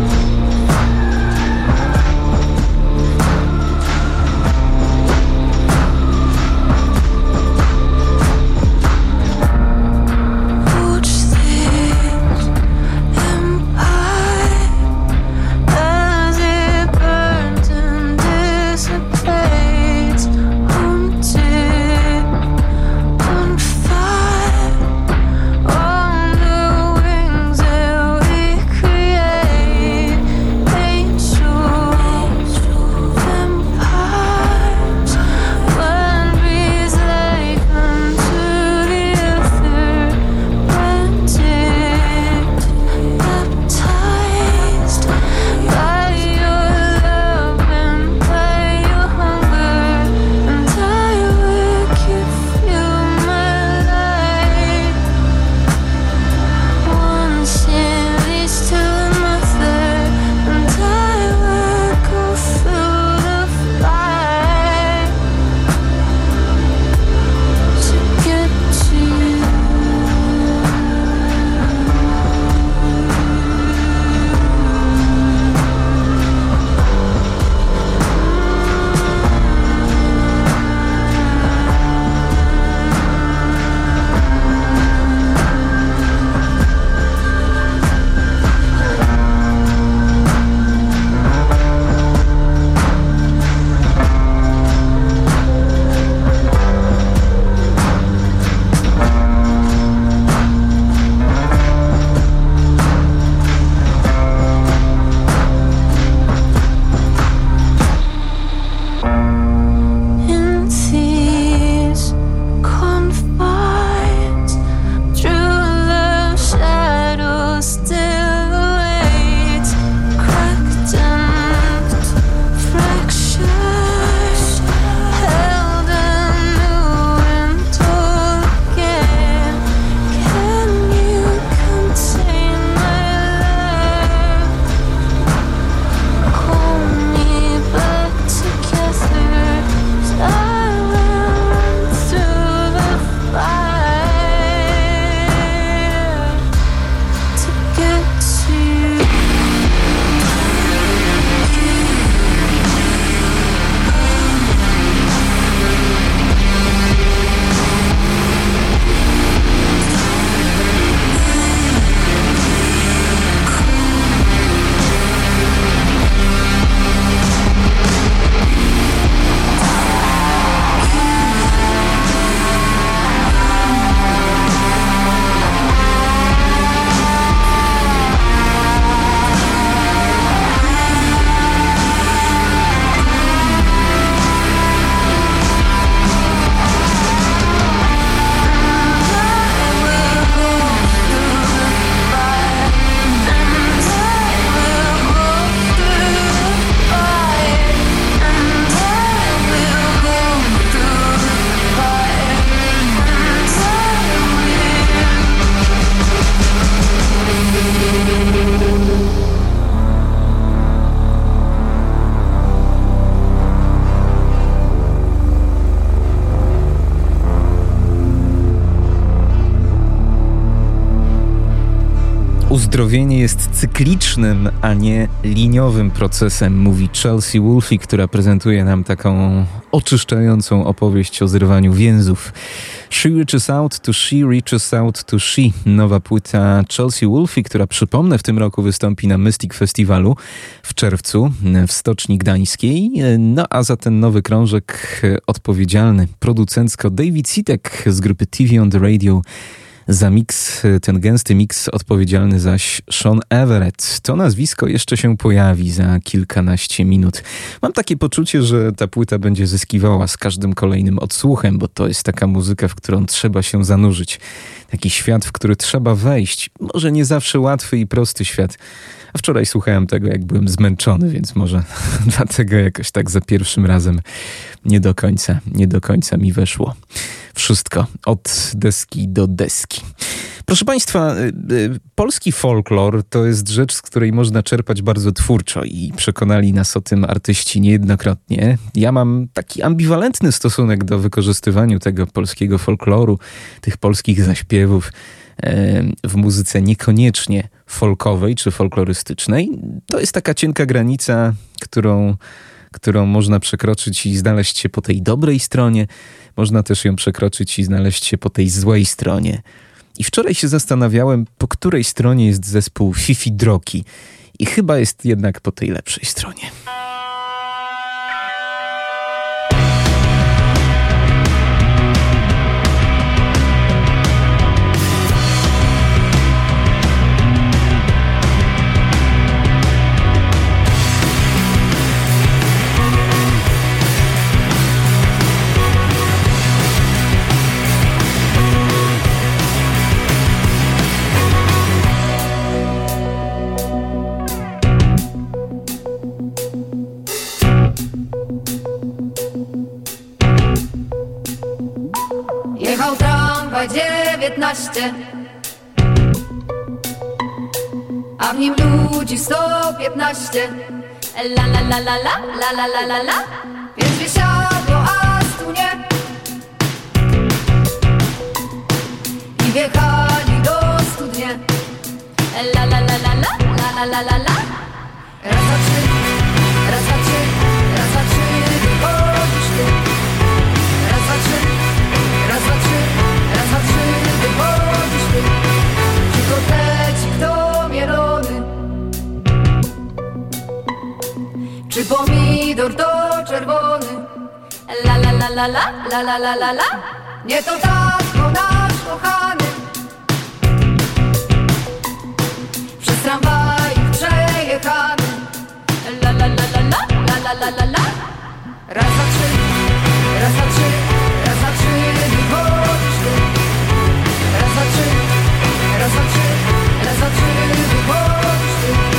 Uzdrowienie jest cyklicznym, a nie liniowym procesem, mówi Chelsea Wolfe, która prezentuje nam taką oczyszczającą opowieść o zrywaniu więzów. She reaches out to she, reaches out to she. Nowa płyta Chelsea Wolfe, która przypomnę w tym roku wystąpi na Mystic Festiwalu w czerwcu w Stoczni Gdańskiej. No a za ten nowy krążek odpowiedzialny producencko David Sitek z grupy T V on the Radio. Za miks, ten gęsty miks odpowiedzialny zaś Sean Everett. To nazwisko jeszcze się pojawi za kilkanaście minut. Mam takie poczucie, że ta płyta będzie zyskiwała z każdym kolejnym odsłuchem, bo to jest taka muzyka, w którą trzeba się zanurzyć. Taki świat, w który trzeba wejść. Może nie zawsze łatwy i prosty świat. A wczoraj słuchałem tego, jak byłem zmęczony, więc może dlatego jakoś tak za pierwszym razem nie do końca, nie do końca mi weszło. Wszystko od deski do deski. Proszę Państwa, polski folklor to jest rzecz, z której można czerpać bardzo twórczo i przekonali nas o tym artyści niejednokrotnie. Ja mam taki ambiwalentny stosunek do wykorzystywania tego polskiego folkloru, tych polskich zaśpiewów w muzyce niekoniecznie folkowej czy folklorystycznej. To jest taka cienka granica, którą, którą można przekroczyć i znaleźć się po tej dobrej stronie. Można też ją przekroczyć i znaleźć się po tej złej stronie. I wczoraj się zastanawiałem, po której stronie jest zespół Fifi Droki. I chyba jest jednak po tej lepszej stronie. Jechał tramwaj dziewiętnaście, a w nim ludzi sto piętnaście. La la la la la la la la la la. Więc wysiadło, a stu nie. I wjechali do studnie. La la la la la la la la la la. Raz, dwa, trzy, raz, dwa, trzy, raz, dwa, trzy, wychodzisz ty. Raz, dwa, trzy, raz, dwa, trzy, raz, dwa, trzy, wychodzisz ty. Czy kotlecik to mielony? Czy pomidor to czerwony? La la la la la la la la la la. Nie to tatko nasz kochany. Przez tramwajów przejechany. La la la la la la la la la la. Raz, dwa, trzy, raz, dwa, trzy, raz, dwa, trzy, wychodzisz ty. Raz, dwa, trzy, raz, dwa, trzy, raz, dwa, trzy, wychodzisz ty.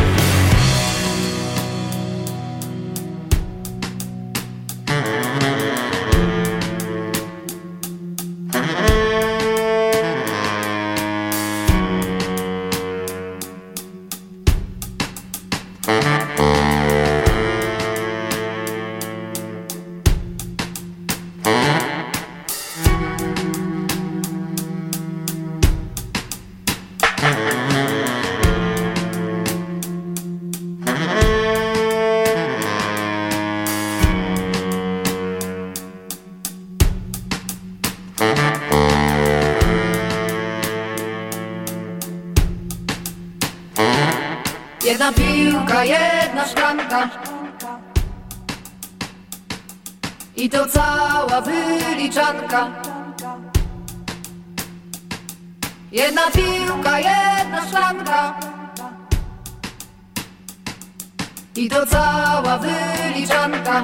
Jedna piłka, jedna szklanka i to cała wyliczanka. Jedna piłka, jedna szklanka i to cała wyliczanka.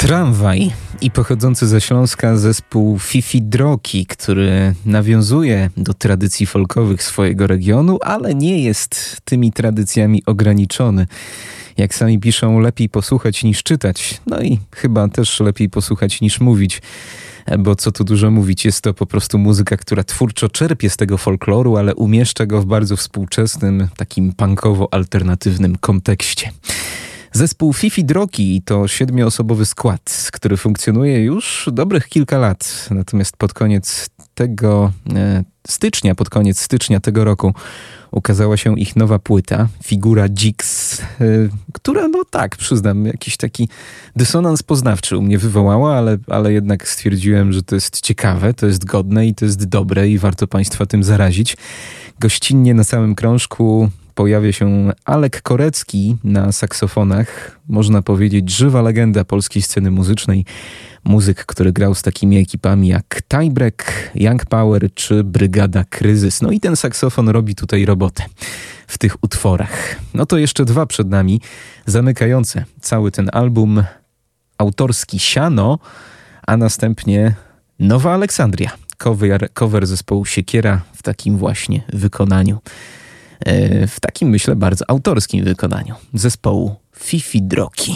Tramwaj i pochodzący ze Śląska zespół Fifi Droki, który nawiązuje do tradycji folkowych swojego regionu, ale nie jest tymi tradycjami ograniczony. Jak sami piszą, lepiej posłuchać niż czytać. No i chyba też lepiej posłuchać niż mówić. Bo co tu dużo mówić, jest to po prostu muzyka, która twórczo czerpie z tego folkloru, ale umieszcza go w bardzo współczesnym, takim punkowo-alternatywnym kontekście. Zespół Fifi Droki to siedmioosobowy skład, który funkcjonuje już dobrych kilka lat. Natomiast pod koniec tego e, stycznia, pod koniec stycznia tego roku ukazała się ich nowa płyta, Figura Jix, e, która, no tak, przyznam, jakiś taki dysonans poznawczy u mnie wywołała, ale, ale jednak stwierdziłem, że to jest ciekawe, to jest godne i to jest dobre i warto Państwa tym zarazić. Gościnnie na samym krążku pojawia się Alek Korecki na saksofonach. Można powiedzieć żywa legenda polskiej sceny muzycznej. Muzyk, który grał z takimi ekipami jak Tiebreak, Young Power czy Brygada Kryzys. No i ten saksofon robi tutaj robotę w tych utworach. No to jeszcze dwa przed nami, zamykające cały ten album, autorski Siano, a następnie Nowa Aleksandria. Cover, cover zespołu Siekiera w takim właśnie wykonaniu. W takim, myślę, bardzo autorskim wykonaniu zespołu Fifi Droki.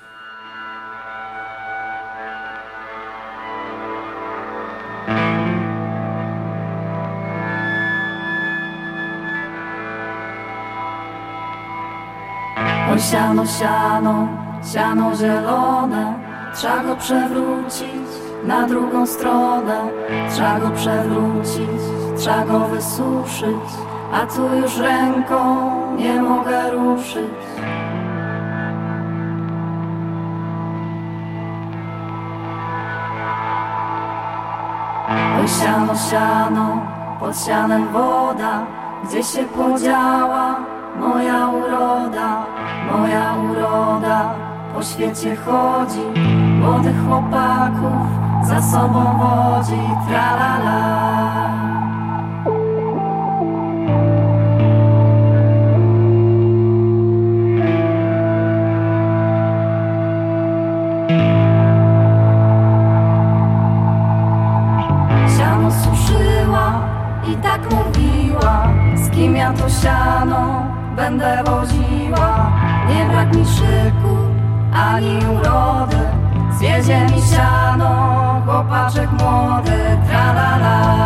Oj siano, siano, siano zielone, trzeba go przewrócić na drugą stronę, trzeba go przewrócić, trzeba go wysuszyć, a tu już ręką nie mogę ruszyć. Oj siano, siano, pod sianem woda, gdzie się podziała moja uroda, moja uroda. Po świecie chodzi, młodych chłopaków za sobą wodzi, tra-la-la. Siano suszyła i tak mówiła, z kim ja to siano będę woziła. Nie brak mi szyku ani urody, zwiezie mi siano, chłopaczek młody, tra-la-la.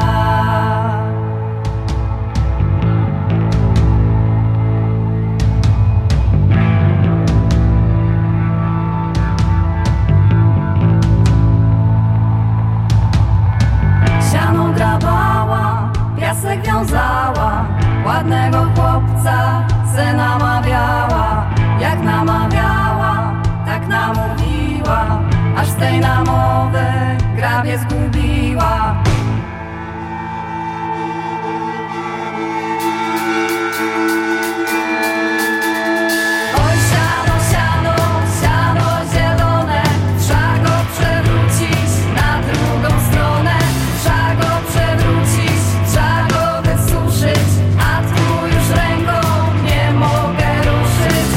Siano grabała, piasek wiązała, ładnego chłopca se namawiała. Jak namawiała, tak namówiła, aż z tej namowy grabie zgubiła. Oj siano, siano, siano zielone, trzeba go przewrócić na drugą stronę, trzeba go przewrócić, trzeba go wysuszyć, a tu już ręką nie mogę ruszyć.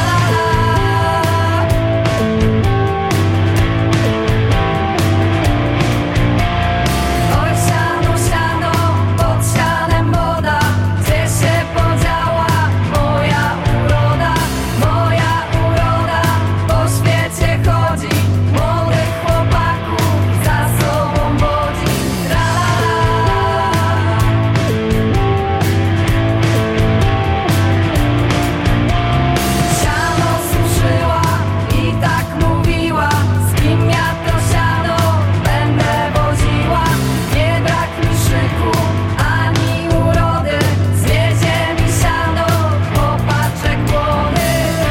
Oj siano, siano, pod sianem woda, gdzie się podziała moja uroda, moja uroda. Po świecie chodzi, młodych chłopaków za sobą wodzi, tra-la-la. Siano suszyła i tak mówiła, z kim ja to siano będę woziła. Nie brak mi szyku ani urody, zwiezie mi siano, chłopaczek młody.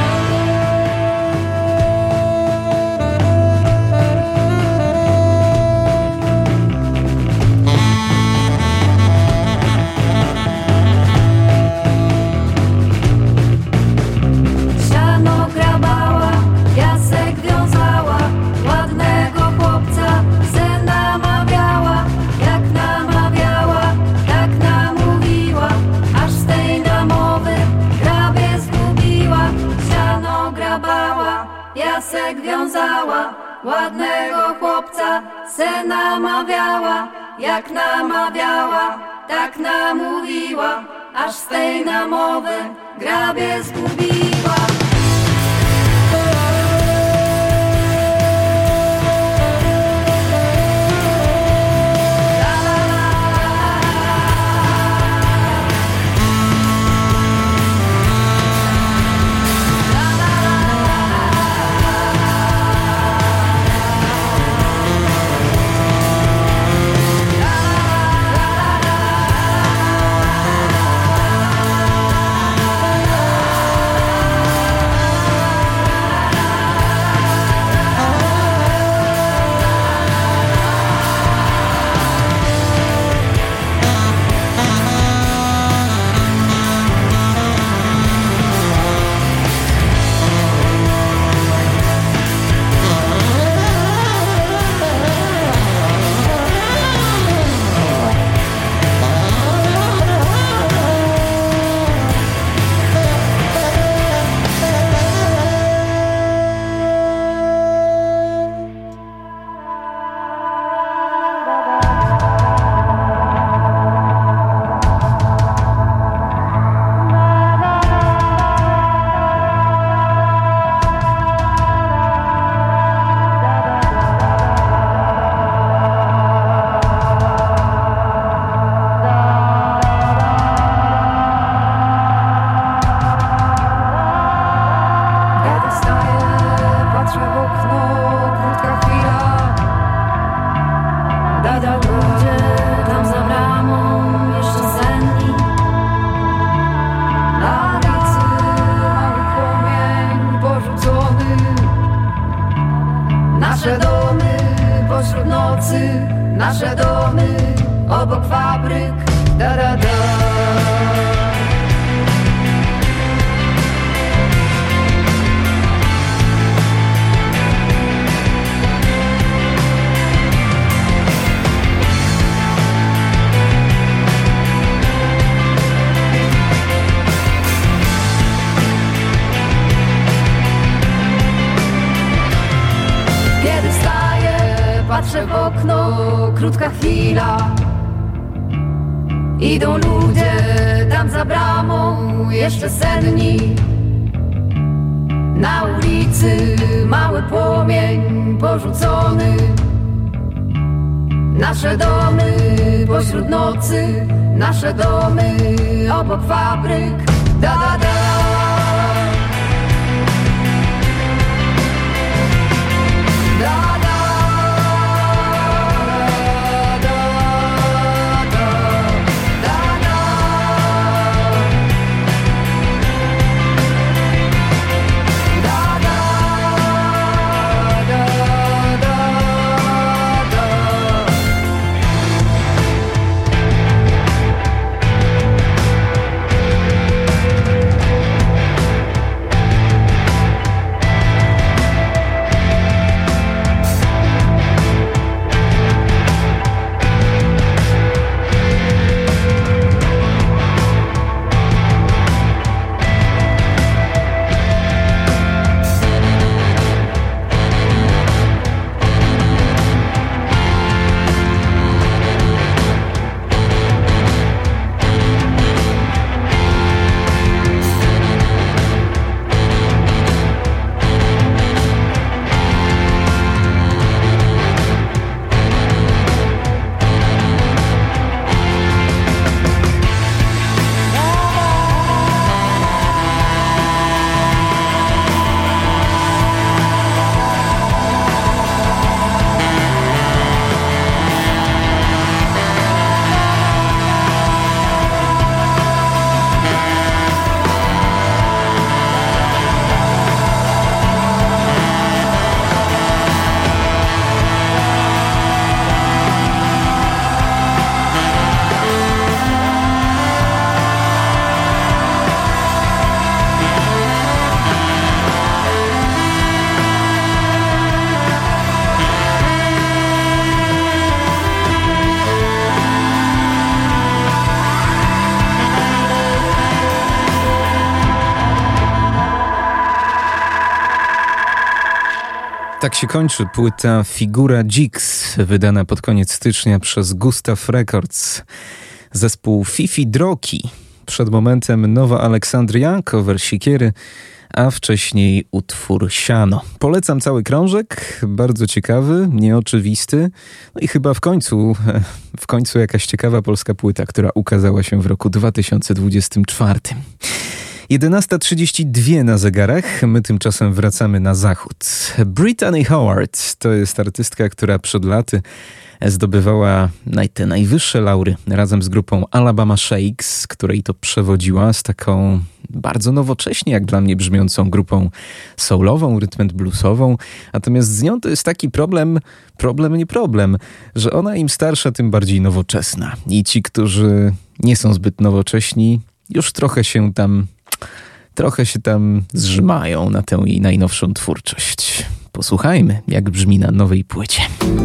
Siano grabała, piasek wiązała, ładnego chłopca se namawiała. Jak namawiała, tak namówiła, aż z tej namowy grabie zgubiła. Siano grabała, piasek wiązała, ładnego chłopca se namawiała, jak namawiała, tak namówiła, aż z tej namowy grabie zgubiła. Nasze domy obok fabryk, da da da. Kiedy wstaję, patrzę w okno, krótka chwila. Idą ludzie tam za bramą, jeszcze senni. Na ulicy mały płomień porzucony. Nasze domy pośród nocy, nasze domy obok fabryk, da da da. Tak się kończy płyta Figura Jigs, wydana pod koniec stycznia przez Gustav Records. Zespół Fifi Droki. Przed momentem Nowa Aleksandria, cover Sikiery, a wcześniej utwór Siano. Polecam cały krążek, bardzo ciekawy, nieoczywisty. No i chyba w końcu, w końcu jakaś ciekawa polska płyta, która ukazała się w roku dwa tysiące dwudziestym czwartym. jedenasta trzydzieści dwa na zegarach, my tymczasem wracamy na zachód. Brittany Howard to jest artystka, która przed laty zdobywała naj, te najwyższe laury razem z grupą Alabama Shakes, której to przewodziła, z taką bardzo nowocześnie jak dla mnie brzmiącą grupą soulową, rytm and bluesową. Natomiast z nią to jest taki problem, problem nie problem, że ona im starsza, tym bardziej nowoczesna. I ci, którzy nie są zbyt nowocześni, już trochę się tam trochę się tam zrzymają na tę jej najnowszą twórczość. Posłuchajmy, jak brzmi na nowej płycie.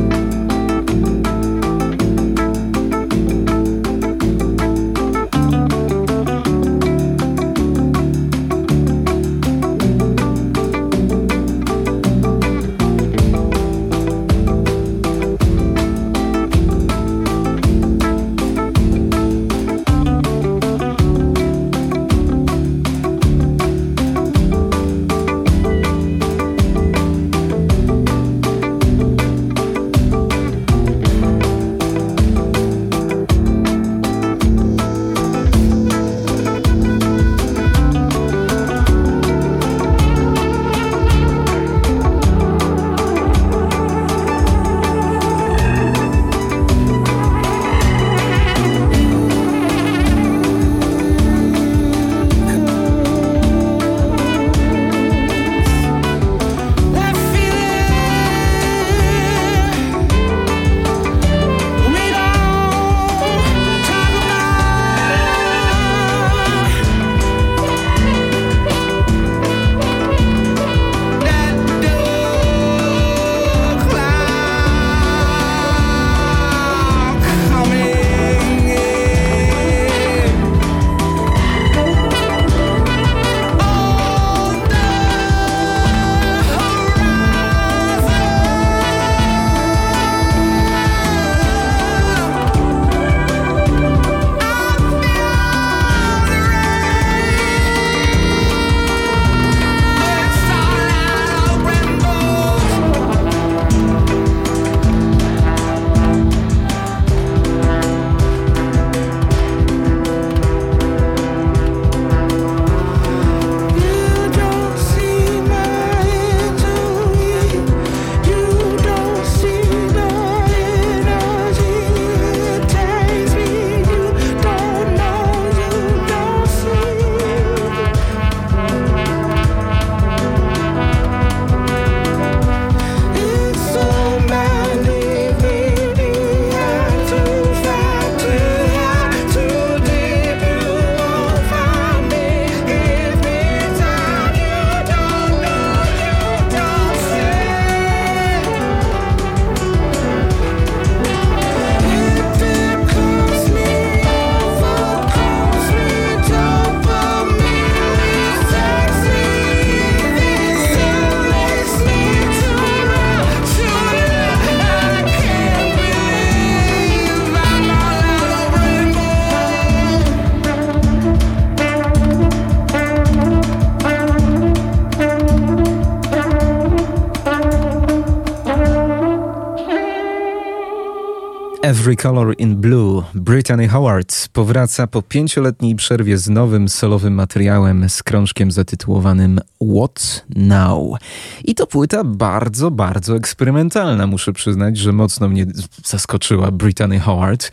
Every Color in Blue. Brittany Howard powraca po pięcioletniej przerwie z nowym solowym materiałem, z krążkiem zatytułowanym What Now? I to płyta bardzo, bardzo eksperymentalna. Muszę przyznać, że mocno mnie zaskoczyła Brittany Howard.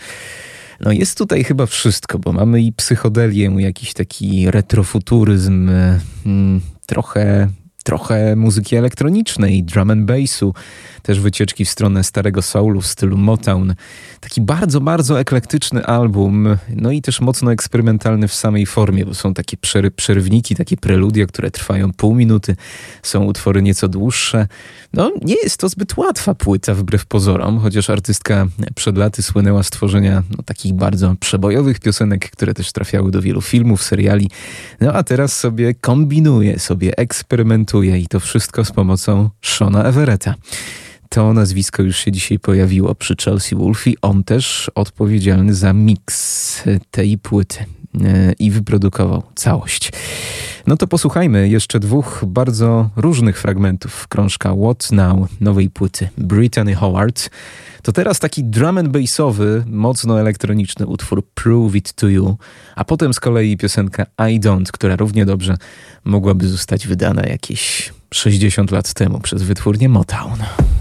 No jest tutaj chyba wszystko, bo mamy i psychodelię, jakiś taki retrofuturyzm, hmm, trochę... Trochę muzyki elektronicznej, drum and bassu, też wycieczki w stronę starego soulu w stylu Motown. Taki bardzo, bardzo eklektyczny album, no i też mocno eksperymentalny w samej formie, bo są takie przery- przerywniki, takie preludia, które trwają pół minuty, są utwory nieco dłuższe. No nie jest to zbyt łatwa płyta wbrew pozorom, chociaż artystka przed laty słynęła z tworzenia no, takich bardzo przebojowych piosenek, które też trafiały do wielu filmów, seriali. No a teraz sobie kombinuje, sobie eksperymentuje prezentuje i to wszystko z pomocą Shona Everetta. To nazwisko już się dzisiaj pojawiło przy Chelsea Wolfe. On też odpowiedzialny za miks tej płyty i wyprodukował całość. No to posłuchajmy jeszcze dwóch bardzo różnych fragmentów krążka What Now nowej płyty Brittany Howard. To teraz taki drum and bassowy, mocno elektroniczny utwór Prove It To You, a potem z kolei piosenka I Don't, która równie dobrze mogłaby zostać wydana jakieś sześćdziesiąt lat temu przez wytwórnię Motown.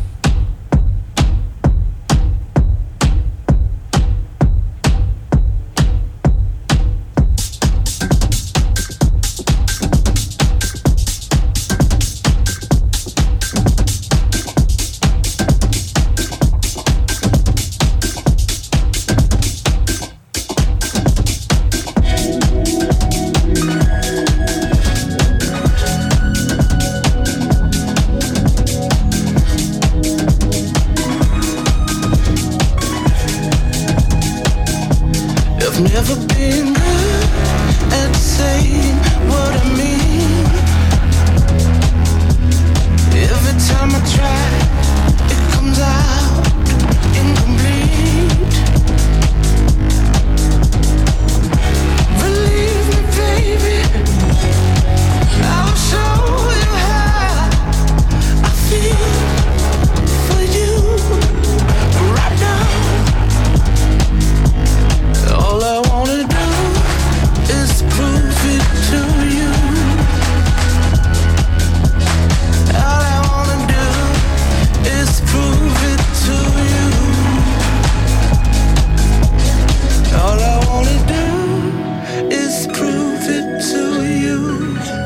Never been good at saying what I mean. Every time I try, it comes out incomplete. Believe me, baby, I will show you how I feel for you right now. All I wanna do is prove it to you. All I wanna do is prove it to you. All I wanna do is prove it to you.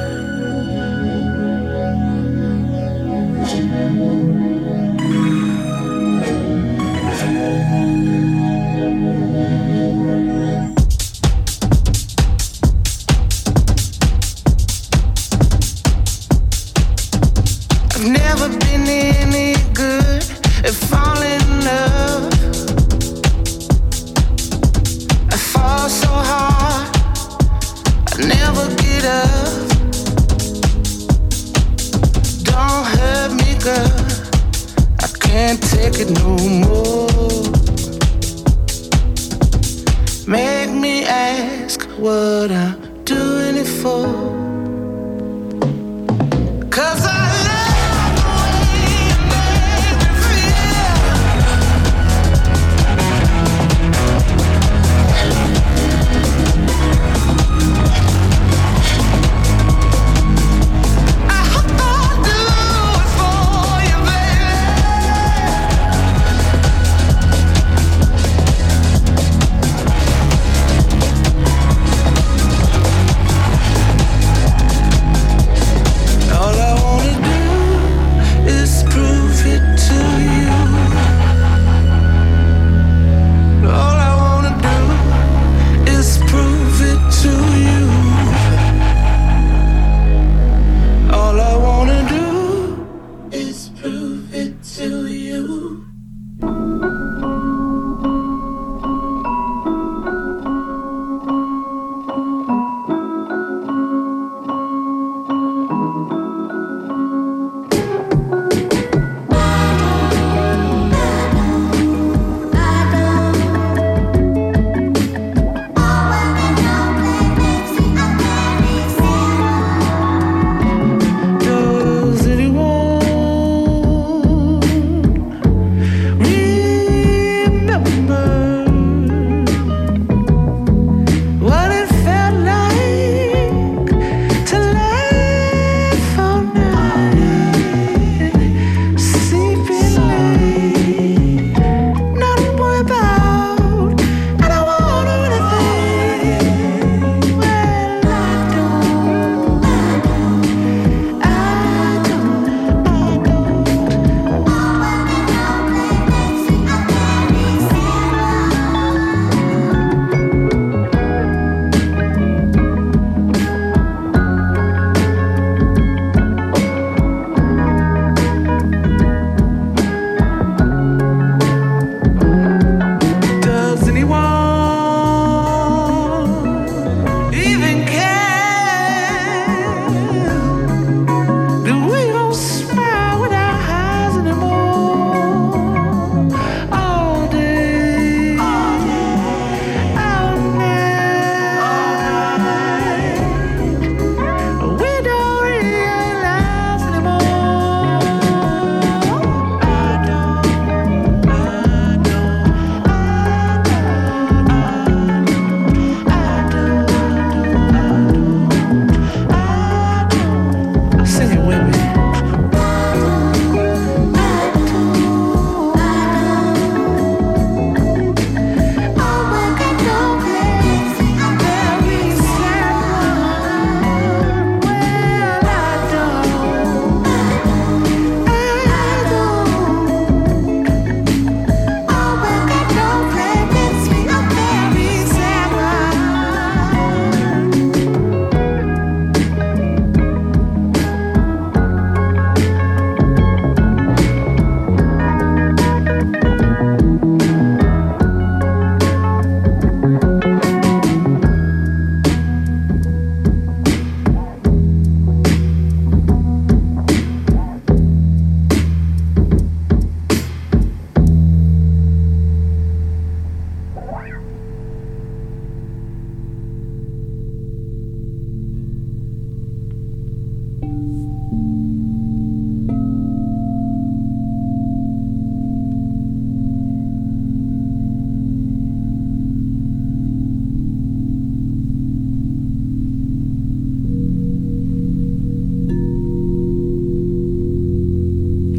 I've never been any good at falling in love. I fall so hard, I never get up. Don't hurt me, girl, I can't take it no more. Make me ask what I'm doing it for. 'Cause I all I wanna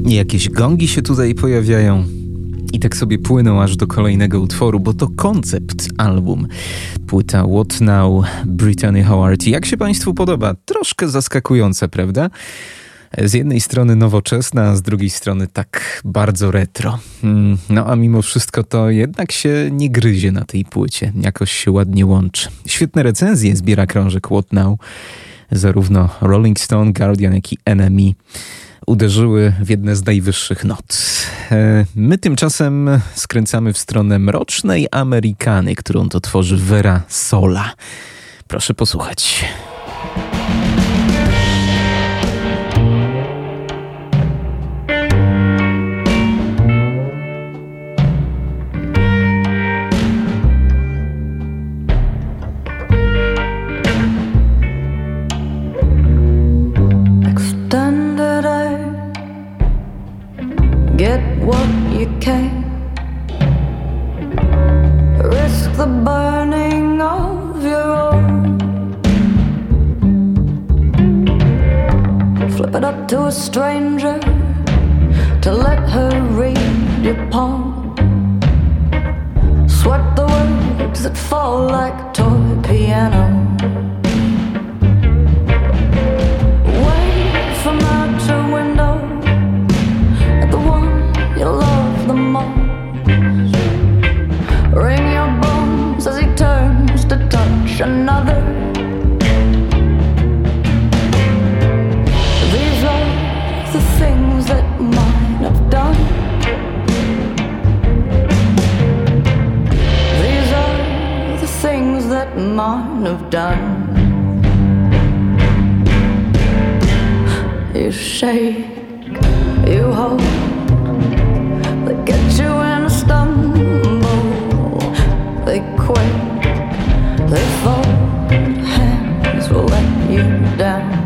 Jakieś gongi się tutaj pojawiają i tak sobie płyną aż do kolejnego utworu, bo to koncept album. Płyta What Now, Brittany Howard. Jak się Państwu podoba? Troszkę zaskakująca, prawda? Z jednej strony nowoczesna, a z drugiej strony tak bardzo retro. No a mimo wszystko to jednak się nie gryzie na tej płycie. Jakoś się ładnie łączy. Świetne recenzje zbiera krążek What Now. Zarówno Rolling Stone, Guardian, jak i N M E uderzyły w jedne z najwyższych not. My tymczasem skręcamy w stronę mrocznej Amerykany, którą to tworzy Vera Sola. Proszę posłuchać. Get what you can. Risk the burning of your own. Flip it up to a stranger to let her read your palm. Sweat the words that fall like toy piano. Wave from out your window at the one you love the most. Ring your bones as he turns to touch another. These are the things that mine have done. These are the things that mine have done. You shake, you hold, they get you in a stumble. They quake, they fold, hands will let you down.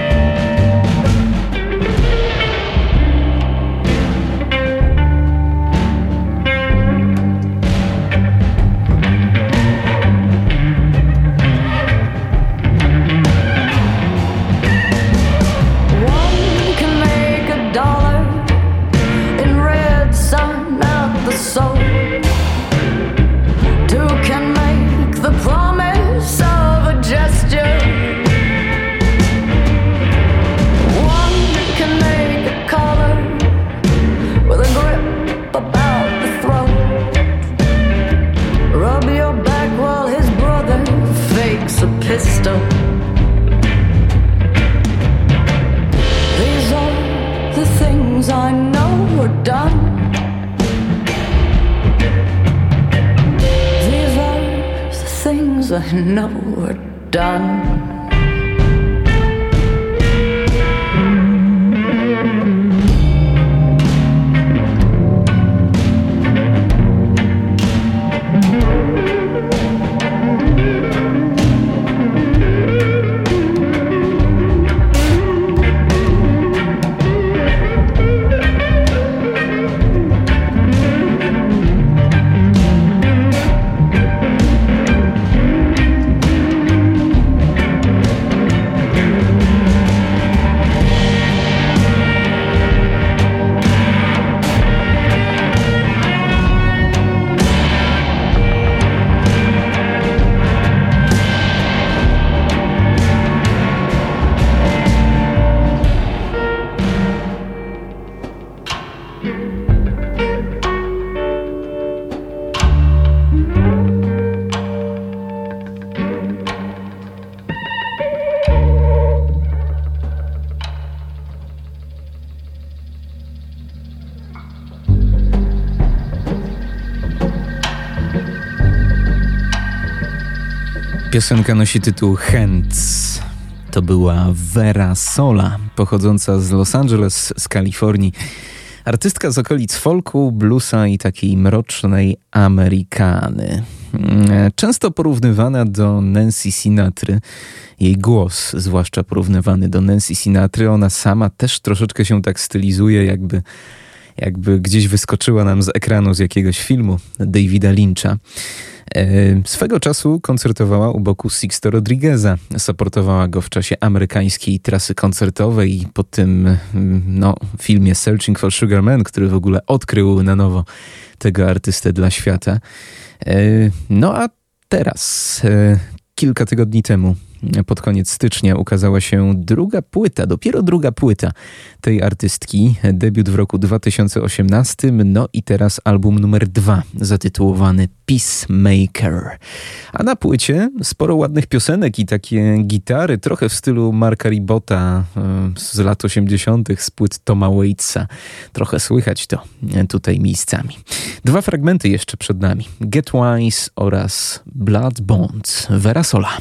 So two can make the promise of a gesture. One can make a collar with a grip about the throat. Rub your back while his brother fakes a pistol. These are the things I know are done. Things I know are done. Piosenka nosi tytuł Hands. To była Vera Sola, pochodząca z Los Angeles, z Kalifornii. Artystka z okolic folku, bluesa i takiej mrocznej Amerykany. Często porównywana do Nancy Sinatry. Jej głos, zwłaszcza porównywany do Nancy Sinatry, ona sama też troszeczkę się tak stylizuje, jakby, jakby gdzieś wyskoczyła nam z ekranu z jakiegoś filmu Davida Lyncha. Swego czasu koncertowała u boku Sixto Rodrigueza. Supportowała go w czasie amerykańskiej trasy koncertowej i po tym no, filmie Searching for Sugar Man, który w ogóle odkrył na nowo tego artystę dla świata. No a teraz, kilka tygodni temu, pod koniec stycznia ukazała się druga płyta, dopiero druga płyta tej artystki, debiut w roku dwa tysiące osiemnastym, no i teraz album numer dwa, zatytułowany Peacemaker. A na płycie sporo ładnych piosenek i takie gitary, trochę w stylu Marka Ribotta z lat osiemdziesiątych, z płyt Toma Waitsa. Trochę słychać to tutaj miejscami. Dwa fragmenty jeszcze przed nami. Get Wise oraz Blood Bonds Vera Sola.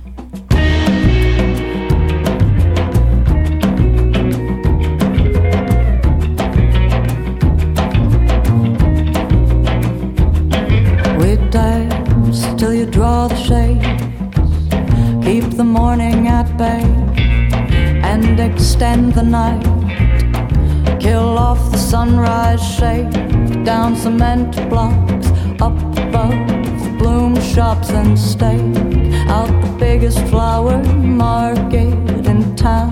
Dance till you draw the shades, keep the morning at bay and extend the night, kill off the sunrise shade, down cement blocks, up above the bloom shops and stake out the biggest flower market in town.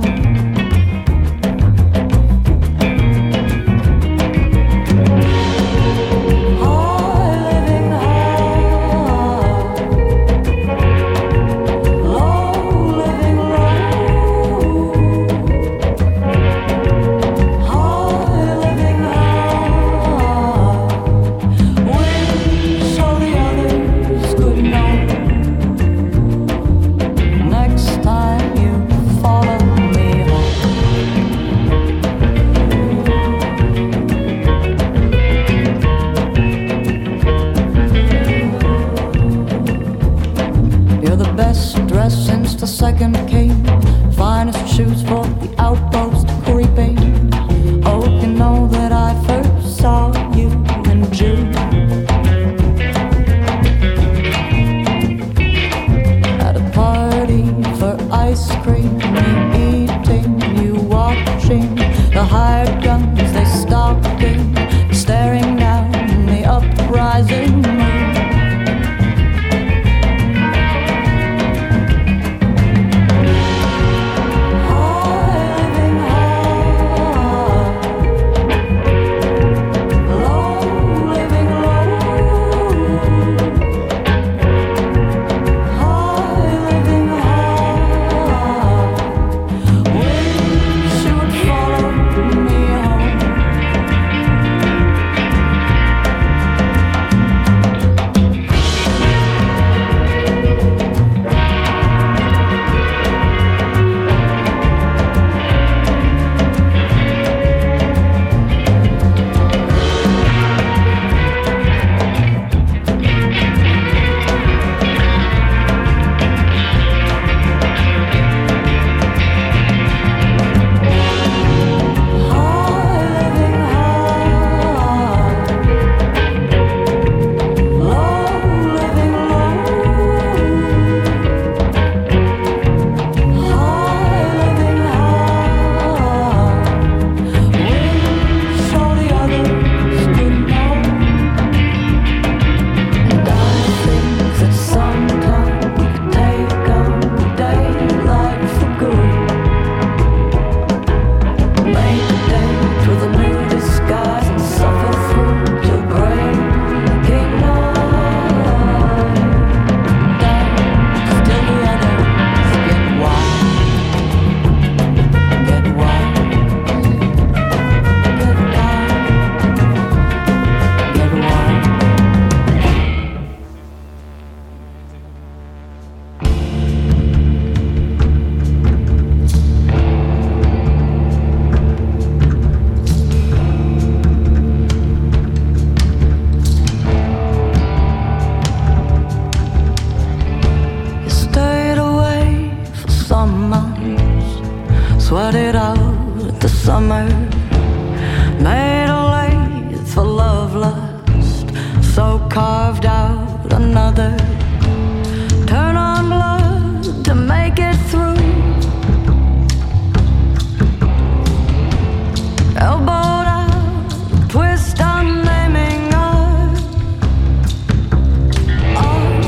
The second king, finest shoes for the outpost creeping. Oh, you know that I first saw you in June at a party for ice cream, me eating, you watching the hired guns, they stalking, staring down the uprising moon. Sweated out the summer, made a lathe for love lust, so carved out another. Turn on blood to make it through. Elbowed out, twist on naming us. Our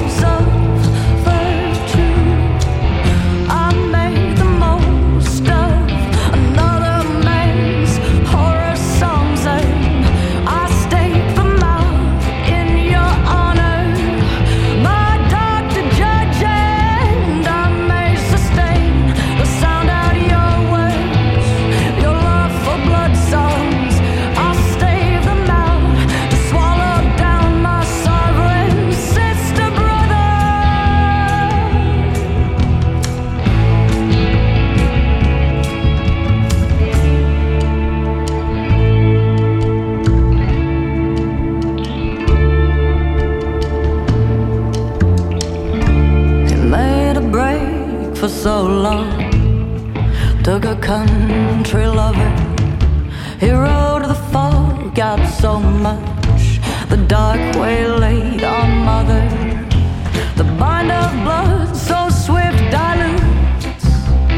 for so long. Took a country lover, he rode the fog out so much. The dark waylaid our mother, the bind of blood so swift dilutes,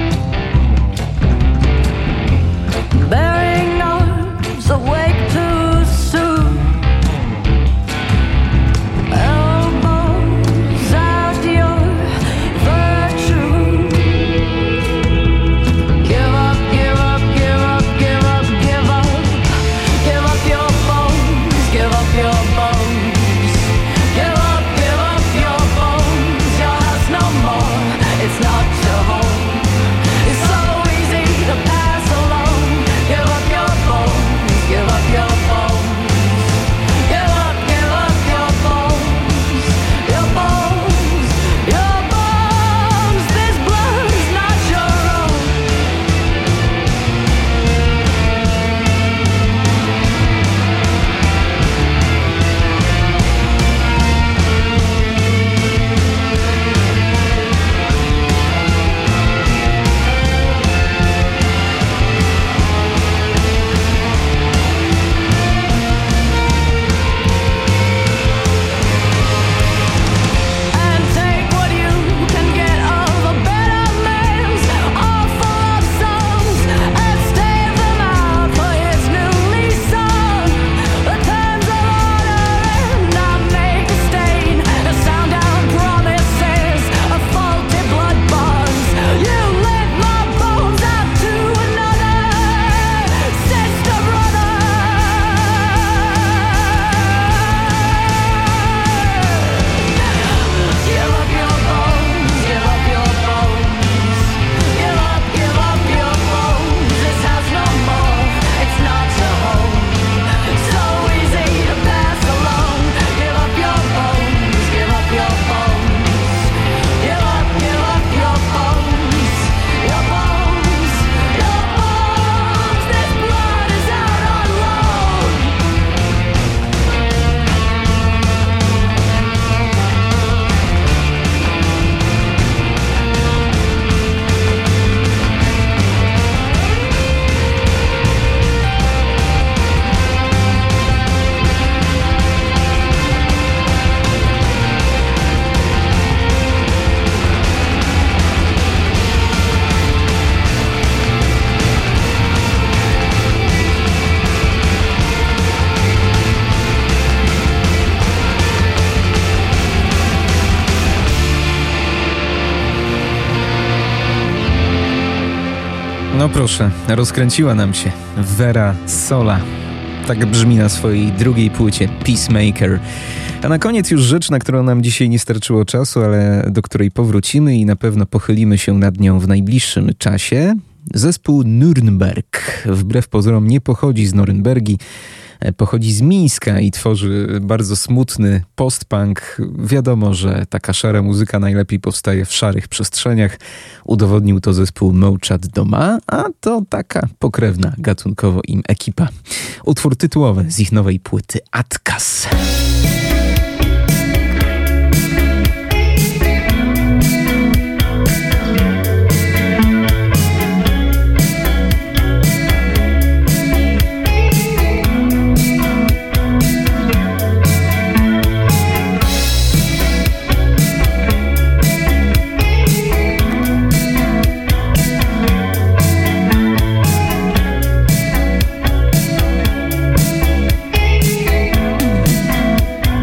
bearing arms awake too soon. Elbows out your virtue. Give up, give up, give up, give up, give up. Give up your bones, give up your bones. Give up, give up your bones. Your house no more, it's not your home. It's so easy to pass along. Give up your bones, give up your bones. Give up, give up your bones. Your bones, your bones. This blood is not your own. And take what you can get of a better man's awful of songs, and stave them out for his newly sung. The times of order and not make a stain, the sound down promises of faulty blood bonds. You let my bones out to another sister brother. Give up your bones, give up your bones. Give up, give up your bones. This house no more, it's not your home. So easy to pass along. Give up your bones, give up your bones. Give up, give up your bones. Your bones, your bones. This blood is out on loan. No proszę, rozkręciła nam się Vera Sola. Tak brzmi na swojej drugiej płycie Peacemaker. A na koniec już rzecz, na którą nam dzisiaj nie starczyło czasu, ale do której powrócimy i na pewno pochylimy się nad nią w najbliższym czasie. Zespół Nürnberg wbrew pozorom nie pochodzi z Norymbergi, pochodzi z Mińska i tworzy bardzo smutny post-punk. Wiadomo, że taka szara muzyka najlepiej powstaje w szarych przestrzeniach. Udowodnił to zespół Mołczad Doma, a to taka pokrewna gatunkowo im ekipa. Utwór tytułowy z ich nowej płyty Atkas. Give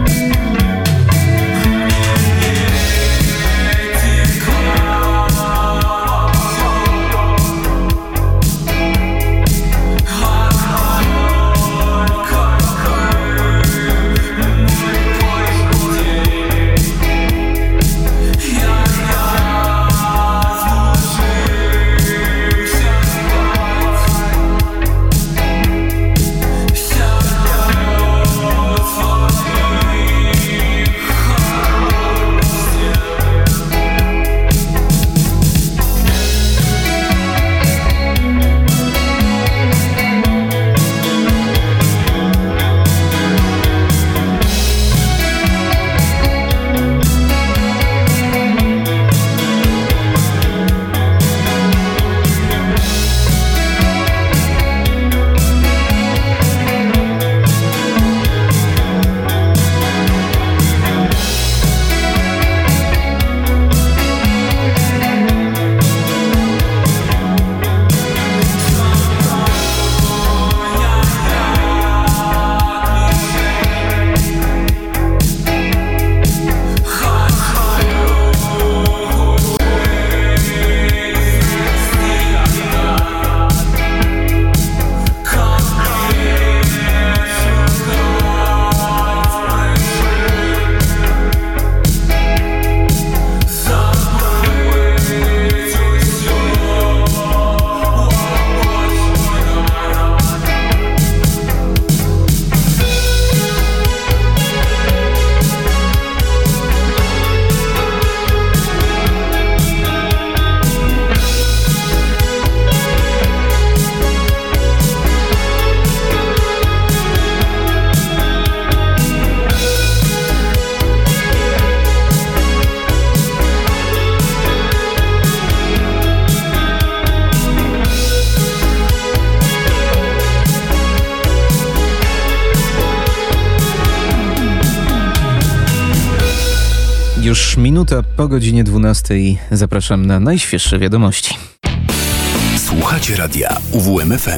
Już minuta po godzinie dwunastej. Zapraszam na najświeższe wiadomości. Słuchacie radia U W M F M.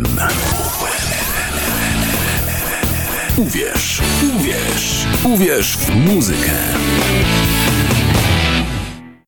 Uwierz, uwierz, uwierz w muzykę.